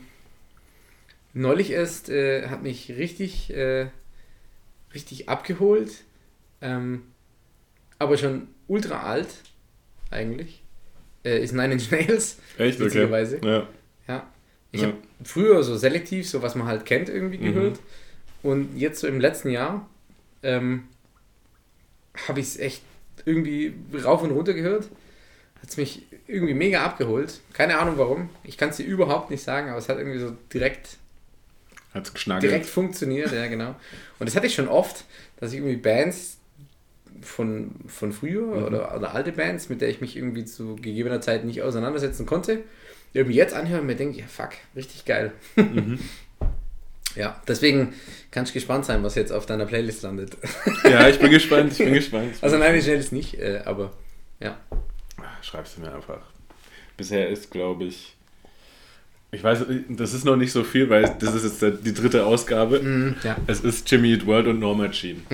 [SPEAKER 1] neulich erst äh, hat mich richtig, äh, richtig abgeholt, ähm, aber schon ultra alt, eigentlich, äh, ist Nine Inch Nails.
[SPEAKER 2] Echt? Okay. Ja.
[SPEAKER 1] Ja. Ich
[SPEAKER 2] ja.
[SPEAKER 1] habe früher so selektiv, so was man halt kennt, irgendwie gehört. Mhm. Und jetzt so im letzten Jahr ähm, habe ich es echt irgendwie rauf und runter gehört. Hat es mich irgendwie mega abgeholt. Keine Ahnung warum. Ich kann es dir überhaupt nicht sagen, aber es hat irgendwie so direkt,
[SPEAKER 2] Hat's geschnackelt.
[SPEAKER 1] direkt funktioniert. Ja, genau. Und das hatte ich schon oft, dass ich irgendwie Bands von, von früher mhm. oder, oder alte Bands, mit der ich mich irgendwie zu gegebener Zeit nicht auseinandersetzen konnte, irgendwie jetzt anhören und mir denke, ja fuck, richtig geil. Mhm. Ja, deswegen kannst du gespannt sein, was jetzt auf deiner Playlist landet.
[SPEAKER 2] Ja, ich bin gespannt, ich bin gespannt.
[SPEAKER 1] Also nein, schnell ist nicht, äh, aber ja.
[SPEAKER 2] Schreibst du mir einfach. Bisher ist, glaube ich, Ich weiß, das ist noch nicht so viel, weil das ist jetzt die dritte Ausgabe.
[SPEAKER 1] Mm, ja.
[SPEAKER 2] Es ist Jimmy Eat World und Norma Jean.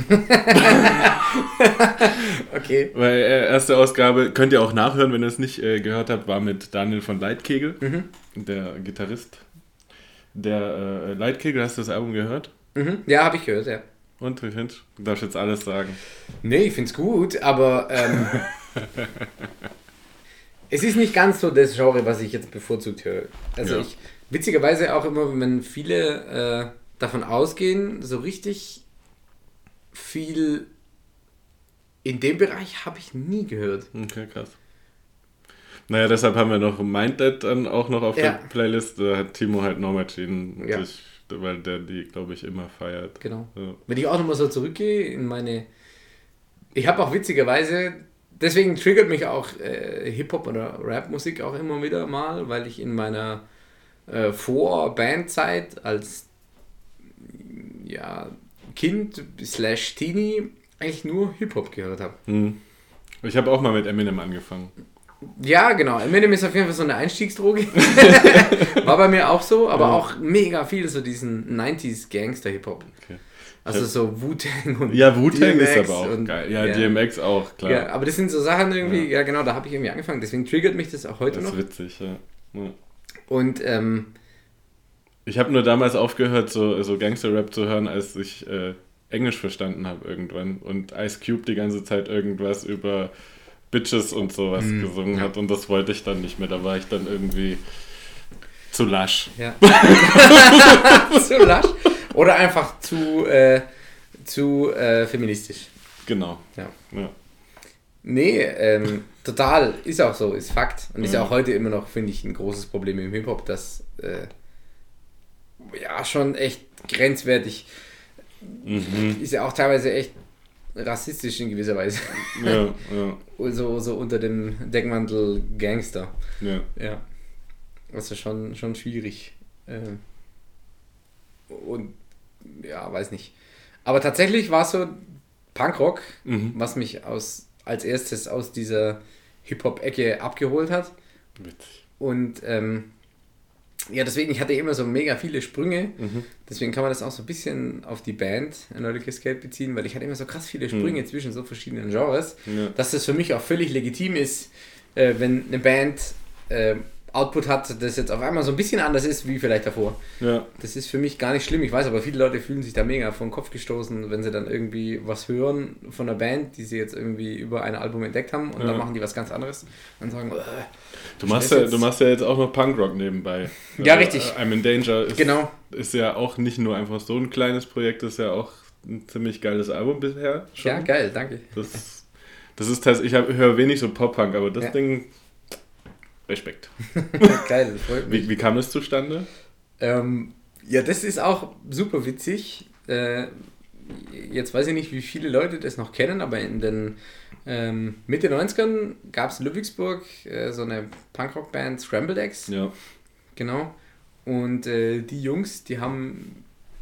[SPEAKER 1] Okay.
[SPEAKER 2] Weil äh, erste Ausgabe, könnt ihr auch nachhören, wenn ihr es nicht äh, gehört habt, war mit Daniel von Leitkegel,
[SPEAKER 1] Mhm.
[SPEAKER 2] der Gitarrist. Der äh, Leitkegel, hast du das Album gehört?
[SPEAKER 1] Mhm. Ja, habe ich gehört, ja.
[SPEAKER 2] Und wie findest du? Du darfst jetzt alles sagen.
[SPEAKER 1] Nee, ich find's gut, aber ähm, es ist nicht ganz so das Genre, was ich jetzt bevorzugt höre. Also
[SPEAKER 2] Ja.
[SPEAKER 1] ich, witzigerweise auch immer, wenn viele äh, davon ausgehen, so richtig viel in dem Bereich habe ich nie gehört.
[SPEAKER 2] Okay, krass. Naja, deshalb haben wir noch Minddead dann auch noch auf
[SPEAKER 1] Ja.
[SPEAKER 2] der Playlist. Da hat Timo halt Norma Jean,
[SPEAKER 1] Ja.
[SPEAKER 2] sich, weil der die, glaube ich, immer feiert.
[SPEAKER 1] Genau.
[SPEAKER 2] Ja.
[SPEAKER 1] Wenn ich auch nochmal so zurückgehe in meine... Ich habe auch witzigerweise... Deswegen triggert mich auch äh, Hip-Hop oder Rap-Musik auch immer wieder mal, weil ich in meiner äh, Vor-Bandzeit als ja, Kind slash Teenie eigentlich nur Hip-Hop gehört habe.
[SPEAKER 2] Hm. Ich habe auch mal mit Eminem angefangen.
[SPEAKER 1] Ja, genau. Eminem ist auf jeden Fall so eine Einstiegsdroge. War bei mir auch so, aber
[SPEAKER 2] Ja.
[SPEAKER 1] auch mega viel so diesen neunziger Gangster-Hip-Hop.
[SPEAKER 2] Okay.
[SPEAKER 1] Also so Wu-Tang und
[SPEAKER 2] Ja, Wu-Tang
[SPEAKER 1] D M X
[SPEAKER 2] ist aber auch
[SPEAKER 1] und,
[SPEAKER 2] geil. Ja,
[SPEAKER 1] ja.
[SPEAKER 2] D M X auch, klar.
[SPEAKER 1] Ja, aber das sind so Sachen irgendwie, ja, genau, da habe ich irgendwie angefangen. Deswegen triggert mich das auch heute
[SPEAKER 2] das ist
[SPEAKER 1] noch.
[SPEAKER 2] witzig, ja. ja.
[SPEAKER 1] Und ähm,
[SPEAKER 2] Ich habe nur damals aufgehört, so, so Gangster-Rap zu hören, als ich äh, Englisch verstanden habe irgendwann und Ice Cube die ganze Zeit irgendwas über Bitches und sowas
[SPEAKER 1] Mhm.
[SPEAKER 2] gesungen hat und das wollte ich dann nicht mehr. Da war ich dann irgendwie zu lasch.
[SPEAKER 1] ja. Zu lasch. Oder einfach zu, äh, zu äh, feministisch.
[SPEAKER 2] Genau.
[SPEAKER 1] Ja.
[SPEAKER 2] Ja.
[SPEAKER 1] Nee, ähm, total, ist auch so, ist Fakt. Und ist ja
[SPEAKER 2] Ja.
[SPEAKER 1] auch heute immer noch, finde ich, ein großes Problem im Hip-Hop, dass äh, ja schon echt grenzwertig,
[SPEAKER 2] Mhm.
[SPEAKER 1] ist ja auch teilweise echt rassistisch in gewisser Weise.
[SPEAKER 2] Ja, ja,
[SPEAKER 1] so, so unter dem Deckmantel Gangster.
[SPEAKER 2] ja.
[SPEAKER 1] Ja. Also schon, schon schwierig. Ähm, und ja, weiß nicht. Aber tatsächlich war es so Punkrock,
[SPEAKER 2] Mhm.
[SPEAKER 1] was mich aus, als erstes aus dieser Hip-Hop-Ecke abgeholt hat.
[SPEAKER 2] Witzig.
[SPEAKER 1] Und ähm, ja, deswegen, ich hatte immer so mega viele Sprünge.
[SPEAKER 2] Mhm.
[SPEAKER 1] Deswegen kann man das auch so ein bisschen auf die Band Anarchic Escape beziehen, weil ich hatte immer so krass viele Sprünge
[SPEAKER 2] Mhm.
[SPEAKER 1] zwischen so verschiedenen Genres,
[SPEAKER 2] Ja.
[SPEAKER 1] dass das für mich auch völlig legitim ist, äh, wenn eine Band äh, Output hat, das jetzt auf einmal so ein bisschen anders ist wie vielleicht davor.
[SPEAKER 2] Ja.
[SPEAKER 1] Das ist für mich gar nicht schlimm. Ich weiß, aber viele Leute fühlen sich da mega vor den Kopf gestoßen, wenn sie dann irgendwie was hören von einer Band, die sie jetzt irgendwie über ein Album entdeckt haben und
[SPEAKER 2] Ja.
[SPEAKER 1] dann machen die was ganz anderes und sagen, äh,
[SPEAKER 2] Du machst
[SPEAKER 1] Stress
[SPEAKER 2] ja,
[SPEAKER 1] jetzt.
[SPEAKER 2] du machst ja jetzt auch noch Punkrock nebenbei.
[SPEAKER 1] Ja, richtig.
[SPEAKER 2] äh, I'm in Danger ist,
[SPEAKER 1] genau.
[SPEAKER 2] ist ja auch nicht nur einfach so ein kleines Projekt, ist ja auch ein ziemlich geiles Album bisher schon.
[SPEAKER 1] Ja, geil, danke.
[SPEAKER 2] Das, das ist tatsächlich, ich hab- höre wenig so Pop-Punk, aber das
[SPEAKER 1] Ja.
[SPEAKER 2] Ding, Respekt.
[SPEAKER 1] Geil, das freut mich.
[SPEAKER 2] Wie, wie kam es zustande?
[SPEAKER 1] Ähm, ja, das ist auch super witzig. Äh, jetzt weiß ich nicht, wie viele Leute das noch kennen, aber in den ähm, Mitte neunzigern gab es in Ludwigsburg äh, so eine Punkrock-Band, Scrambled Eggs.
[SPEAKER 2] Ja.
[SPEAKER 1] Genau. Und äh, die Jungs, die haben.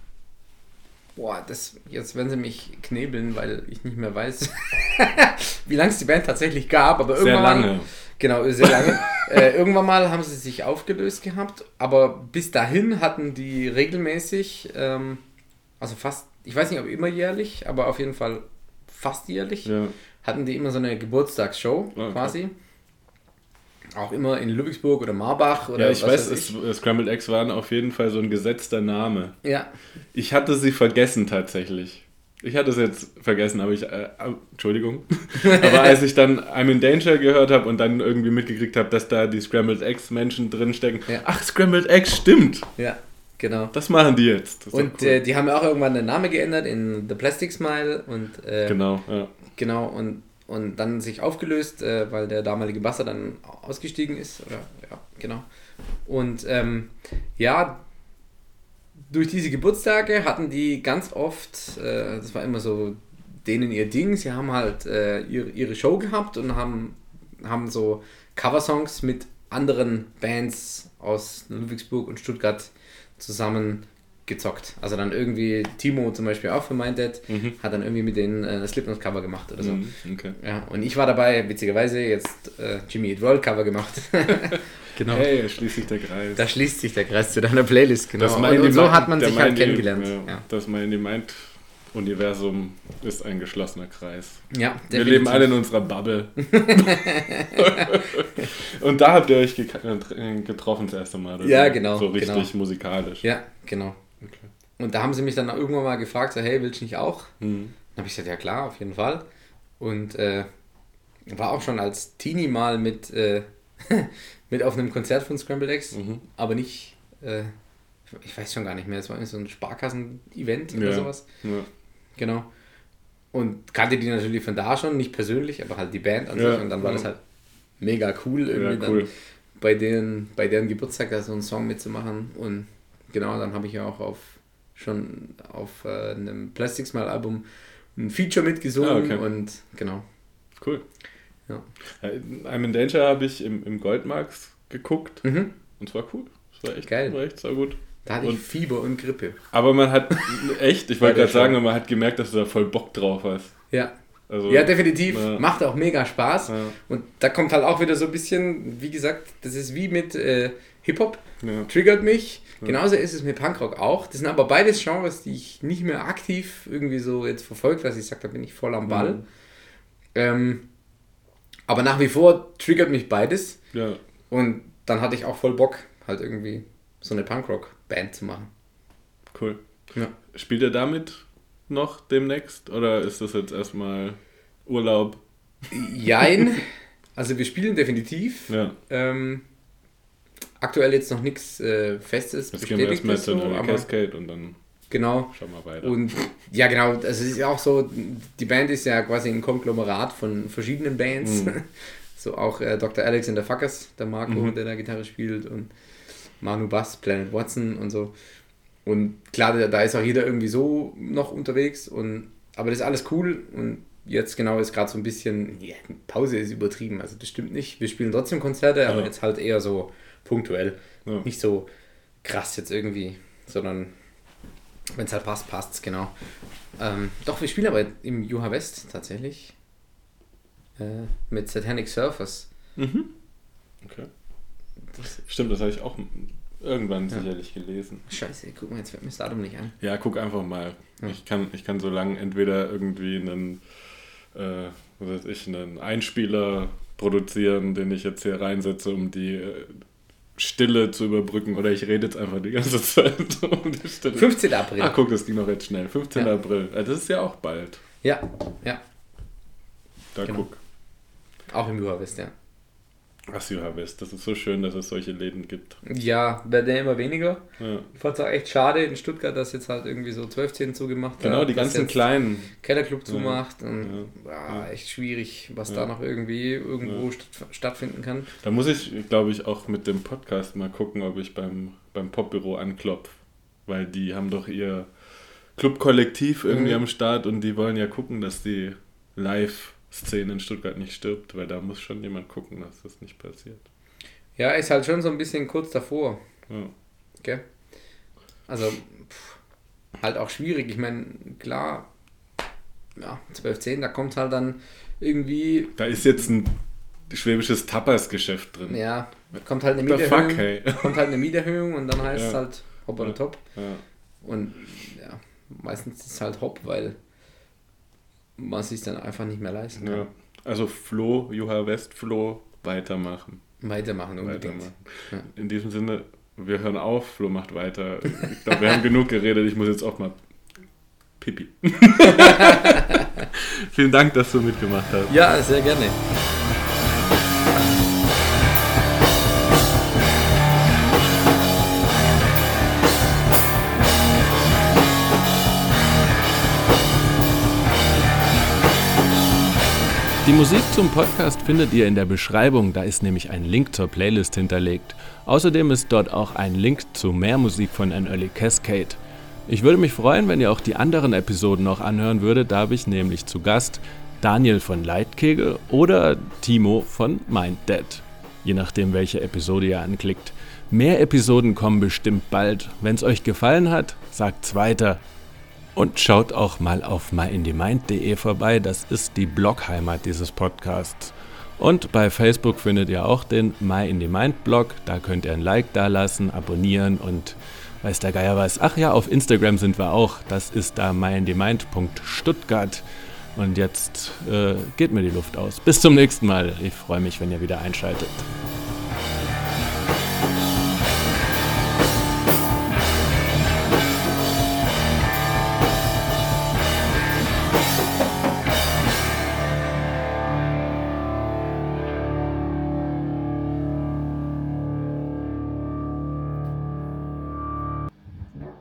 [SPEAKER 1] Boah, das, jetzt werden sie mich knebeln, weil ich nicht mehr weiß, wie lange es die Band tatsächlich gab. Aber
[SPEAKER 2] Sehr
[SPEAKER 1] irgendwann
[SPEAKER 2] lange.
[SPEAKER 1] Genau, sehr lange. äh, irgendwann mal haben sie sich aufgelöst gehabt, aber bis dahin hatten die regelmäßig, ähm, also fast, ich weiß nicht, ob immer jährlich, aber auf jeden Fall fast jährlich,
[SPEAKER 2] Ja.
[SPEAKER 1] hatten die immer so eine Geburtstagsshow
[SPEAKER 2] Okay.
[SPEAKER 1] quasi. Auch immer in Ludwigsburg oder Marbach oder
[SPEAKER 2] Ja, ich
[SPEAKER 1] was
[SPEAKER 2] weiß,
[SPEAKER 1] weiß ich.
[SPEAKER 2] es, Scrambled Eggs waren auf jeden Fall so ein gesetzter Name.
[SPEAKER 1] Ja,
[SPEAKER 2] Ich hatte sie vergessen tatsächlich. Ich hatte es jetzt vergessen, aber ich, äh, äh, Entschuldigung. Aber als ich dann I'm in Danger gehört habe und dann irgendwie mitgekriegt habe, dass da die Scrambled Eggs Menschen drinstecken,
[SPEAKER 1] Ja.
[SPEAKER 2] ach, Scrambled Eggs, stimmt.
[SPEAKER 1] ja, genau.
[SPEAKER 2] Das machen die jetzt. Das ist
[SPEAKER 1] Und
[SPEAKER 2] doch cool.
[SPEAKER 1] äh, die haben ja auch irgendwann den Namen geändert in The Plastic Smile und äh,
[SPEAKER 2] Genau, ja.
[SPEAKER 1] Genau, und, und dann sich aufgelöst, äh, weil der damalige Basser dann ausgestiegen ist. Oder, ja, genau. Und ähm, ja, durch diese Geburtstage hatten die ganz oft, äh, das war immer so denen ihr Ding, sie haben halt äh, ihre, ihre Show gehabt und haben, haben so Coversongs mit anderen Bands aus Ludwigsburg und Stuttgart zusammen gezockt. Also dann irgendwie Timo zum Beispiel auch für Minddead,
[SPEAKER 2] Mhm.
[SPEAKER 1] hat dann irgendwie mit denen äh, Slipknot-Cover gemacht oder so.
[SPEAKER 2] Mhm, okay.
[SPEAKER 1] Ja, und ich war dabei, witzigerweise, jetzt äh, Jimmy Eat World Cover gemacht. Genau.
[SPEAKER 2] Hey, schließt sich der Kreis.
[SPEAKER 1] Da schließt sich der Kreis zu deiner Playlist, genau.
[SPEAKER 2] Das
[SPEAKER 1] Und, und so
[SPEAKER 2] Mind,
[SPEAKER 1] hat man sich halt
[SPEAKER 2] Mind,
[SPEAKER 1] kennengelernt.
[SPEAKER 2] Ja,
[SPEAKER 1] Ja.
[SPEAKER 2] Das Mind in Mind-Universum ist ein geschlossener Kreis.
[SPEAKER 1] Ja,
[SPEAKER 2] Wir
[SPEAKER 1] definitiv.
[SPEAKER 2] leben alle in unserer Bubble. Und da habt ihr euch ge- getroffen das erste Mal. Oder?
[SPEAKER 1] Ja, genau.
[SPEAKER 2] So richtig
[SPEAKER 1] genau.
[SPEAKER 2] musikalisch.
[SPEAKER 1] Ja, genau.
[SPEAKER 2] Okay.
[SPEAKER 1] Und da haben sie mich dann irgendwann mal gefragt, so, hey, willst du nicht auch?
[SPEAKER 2] Mhm.
[SPEAKER 1] Dann habe ich gesagt, ja klar, auf jeden Fall. Und äh, war auch schon als Teenie mal mit, äh, mit auf einem Konzert von Scrambled Eggs,
[SPEAKER 2] Mhm.
[SPEAKER 1] aber nicht, äh, ich weiß schon gar nicht mehr, es war so ein Sparkassen-Event oder
[SPEAKER 2] Ja.
[SPEAKER 1] sowas.
[SPEAKER 2] Ja.
[SPEAKER 1] Genau. Und kannte die natürlich von da schon, nicht persönlich, aber halt die Band an
[SPEAKER 2] Ja,
[SPEAKER 1] sich. Und dann war
[SPEAKER 2] ja.
[SPEAKER 1] das halt mega cool, irgendwie
[SPEAKER 2] Ja, cool.
[SPEAKER 1] dann bei deren, bei deren Geburtstag da so einen Song mitzumachen. Und genau, dann habe ich ja auch auf schon auf äh, einem Plastic Smile Album ein Feature mitgesungen.
[SPEAKER 2] Ah, okay.
[SPEAKER 1] Und genau.
[SPEAKER 2] Cool.
[SPEAKER 1] Ja.
[SPEAKER 2] Ja, I'm in Danger habe ich im, im Goldmarks geguckt
[SPEAKER 1] Mhm.
[SPEAKER 2] und es war cool. Es war echt,
[SPEAKER 1] Geil.
[SPEAKER 2] war echt sehr gut.
[SPEAKER 1] Da hatte
[SPEAKER 2] Und-
[SPEAKER 1] ich Fieber und Grippe.
[SPEAKER 2] Aber man hat echt, ich
[SPEAKER 1] Bei
[SPEAKER 2] wollte
[SPEAKER 1] der
[SPEAKER 2] gerade sagen, man hat gemerkt, dass du da voll Bock drauf hast.
[SPEAKER 1] Ja.
[SPEAKER 2] Also,
[SPEAKER 1] Ja, definitiv.
[SPEAKER 2] Ja.
[SPEAKER 1] Macht auch mega Spaß.
[SPEAKER 2] Ja.
[SPEAKER 1] Und da kommt halt auch wieder so ein bisschen, wie gesagt, das ist wie mit äh, Hip-Hop.
[SPEAKER 2] Ja.
[SPEAKER 1] Triggert mich.
[SPEAKER 2] Ja.
[SPEAKER 1] Genauso ist es mit Punkrock auch. Das sind aber beides Genres, die ich nicht mehr aktiv irgendwie so jetzt verfolgt, was ich sage, da bin ich voll am Ball.
[SPEAKER 2] Mhm.
[SPEAKER 1] Ähm, aber nach wie vor triggert mich beides.
[SPEAKER 2] Ja.
[SPEAKER 1] Und dann hatte ich auch voll Bock, halt irgendwie so eine Punkrock-Band zu machen.
[SPEAKER 2] Cool.
[SPEAKER 1] Ja.
[SPEAKER 2] Spielt ihr damit noch demnächst? Oder ist das jetzt erstmal Urlaub?
[SPEAKER 1] Jein. Also wir spielen definitiv.
[SPEAKER 2] Ja.
[SPEAKER 1] Ähm, aktuell jetzt noch nichts äh, Festes,
[SPEAKER 2] Jetzt gehen wir erstmal zu
[SPEAKER 1] so,
[SPEAKER 2] einer
[SPEAKER 1] aber
[SPEAKER 2] Cascade und dann
[SPEAKER 1] genau.
[SPEAKER 2] schauen wir weiter.
[SPEAKER 1] Und ja, genau, also es ist ja auch so, die Band ist ja quasi ein Konglomerat von verschiedenen Bands.
[SPEAKER 2] Mhm.
[SPEAKER 1] So auch äh, Doktor Alex and the Fuckers, der Marco,
[SPEAKER 2] Mhm.
[SPEAKER 1] der da Gitarre spielt, und Manu Bass, Planet Watson und so. Und klar, da, da ist auch jeder irgendwie so noch unterwegs, und aber das ist alles cool. Und jetzt genau ist gerade so ein bisschen, ja, Pause ist übertrieben, also das stimmt nicht. Wir spielen trotzdem Konzerte, aber
[SPEAKER 2] Ja.
[SPEAKER 1] jetzt halt eher so punktuell.
[SPEAKER 2] Ja.
[SPEAKER 1] Nicht so krass jetzt irgendwie, sondern wenn es halt passt, passt es, genau. Ähm, doch, wir spielen aber im Juha West tatsächlich äh, mit Satanic Surfers.
[SPEAKER 2] Mhm. Okay.
[SPEAKER 1] Das,
[SPEAKER 2] Stimmt, das habe ich auch irgendwann
[SPEAKER 1] Ja.
[SPEAKER 2] sicherlich gelesen.
[SPEAKER 1] scheiße, guck mal, jetzt fällt mir das Datum nicht an.
[SPEAKER 2] Ja, guck einfach mal.
[SPEAKER 1] Ja.
[SPEAKER 2] Ich kann, ich kann so lange entweder irgendwie einen, äh, was weiß ich, einen Einspieler produzieren, den ich jetzt hier reinsetze, um die äh, Stille zu überbrücken, oder ich rede jetzt einfach die ganze Zeit um die Stille.
[SPEAKER 1] fünfzehnten April.
[SPEAKER 2] Ach, guck, das ging noch jetzt schnell. fünfzehnten
[SPEAKER 1] Ja.
[SPEAKER 2] April. Ja, das ist ja auch bald.
[SPEAKER 1] Ja, ja,
[SPEAKER 2] Da
[SPEAKER 1] Genau.
[SPEAKER 2] guck.
[SPEAKER 1] auch im Juha West, ja.
[SPEAKER 2] Ach, Juha West, das ist so schön, dass es solche Läden gibt.
[SPEAKER 1] Ja, werden ja immer weniger.
[SPEAKER 2] Ja.
[SPEAKER 1] Ich fand es auch echt schade in Stuttgart, dass jetzt halt irgendwie so zwölf zehn zugemacht
[SPEAKER 2] Genau,
[SPEAKER 1] hat,
[SPEAKER 2] die
[SPEAKER 1] dass
[SPEAKER 2] ganzen
[SPEAKER 1] jetzt
[SPEAKER 2] kleinen.
[SPEAKER 1] Kellerclub zumacht, und
[SPEAKER 2] Ja.
[SPEAKER 1] ja, echt schwierig, was
[SPEAKER 2] Ja.
[SPEAKER 1] da noch irgendwie irgendwo
[SPEAKER 2] Ja.
[SPEAKER 1] statt, stattfinden kann.
[SPEAKER 2] Da muss ich, glaube ich, auch mit dem Podcast mal gucken, ob ich beim, beim Popbüro anklopfe. Weil die haben doch ihr Clubkollektiv irgendwie
[SPEAKER 1] Mhm.
[SPEAKER 2] am Start und die wollen ja gucken, dass die Live-Szene in Stuttgart nicht stirbt, weil da muss schon jemand gucken, dass das nicht passiert.
[SPEAKER 1] Ja, ist halt schon so ein bisschen kurz davor,
[SPEAKER 2] Ja.
[SPEAKER 1] gell? Also, pff, halt auch schwierig. Ich meine, klar, ja, zwölf zehn, da kommt halt dann irgendwie,
[SPEAKER 2] Da ist jetzt ein schwäbisches Tapas-Geschäft drin.
[SPEAKER 1] ja, kommt halt eine
[SPEAKER 2] The
[SPEAKER 1] Mieterhöhung,
[SPEAKER 2] fuck, hey.
[SPEAKER 1] kommt halt eine Mieterhöhung, und dann heißt es
[SPEAKER 2] Ja.
[SPEAKER 1] halt hopp oder
[SPEAKER 2] Ja.
[SPEAKER 1] top.
[SPEAKER 2] Ja.
[SPEAKER 1] Und ja, meistens ist es halt hopp, weil man sich dann einfach nicht mehr leisten kann.
[SPEAKER 2] Ja. Also Flo, Juha West, Flo, weitermachen.
[SPEAKER 1] Weitermachen unbedingt.
[SPEAKER 2] weitermachen.
[SPEAKER 1] Ja.
[SPEAKER 2] In diesem Sinne, wir hören auf, Flo macht weiter. Ich glaube, wir haben genug geredet, ich muss jetzt auch mal Pipi. Vielen Dank, dass du mitgemacht hast.
[SPEAKER 1] Ja, sehr gerne.
[SPEAKER 2] Die Musik zum Podcast findet ihr in der Beschreibung, da ist nämlich ein Link zur Playlist hinterlegt. Außerdem ist dort auch ein Link zu mehr Musik von An Early Cascade. Ich würde mich freuen, wenn ihr auch die anderen Episoden noch anhören würdet, da habe ich nämlich zu Gast Daniel von Leitkegel oder Timo von MindDead. Je nachdem, welche Episode ihr anklickt. Mehr Episoden kommen bestimmt bald. Wenn es euch gefallen hat, sagt's weiter. Und schaut auch mal auf myinthemind punkt de vorbei, das ist die Blogheimat dieses Podcasts. Und bei Facebook findet ihr auch den My in the Mind Blog. Da könnt ihr ein Like dalassen, abonnieren und weiß der Geier was. Ach ja, auf Instagram sind wir auch. Das ist da my in the mind punkt stuttgart. Und jetzt äh, geht mir die Luft aus. Bis zum nächsten Mal. Ich freue mich, wenn ihr wieder einschaltet.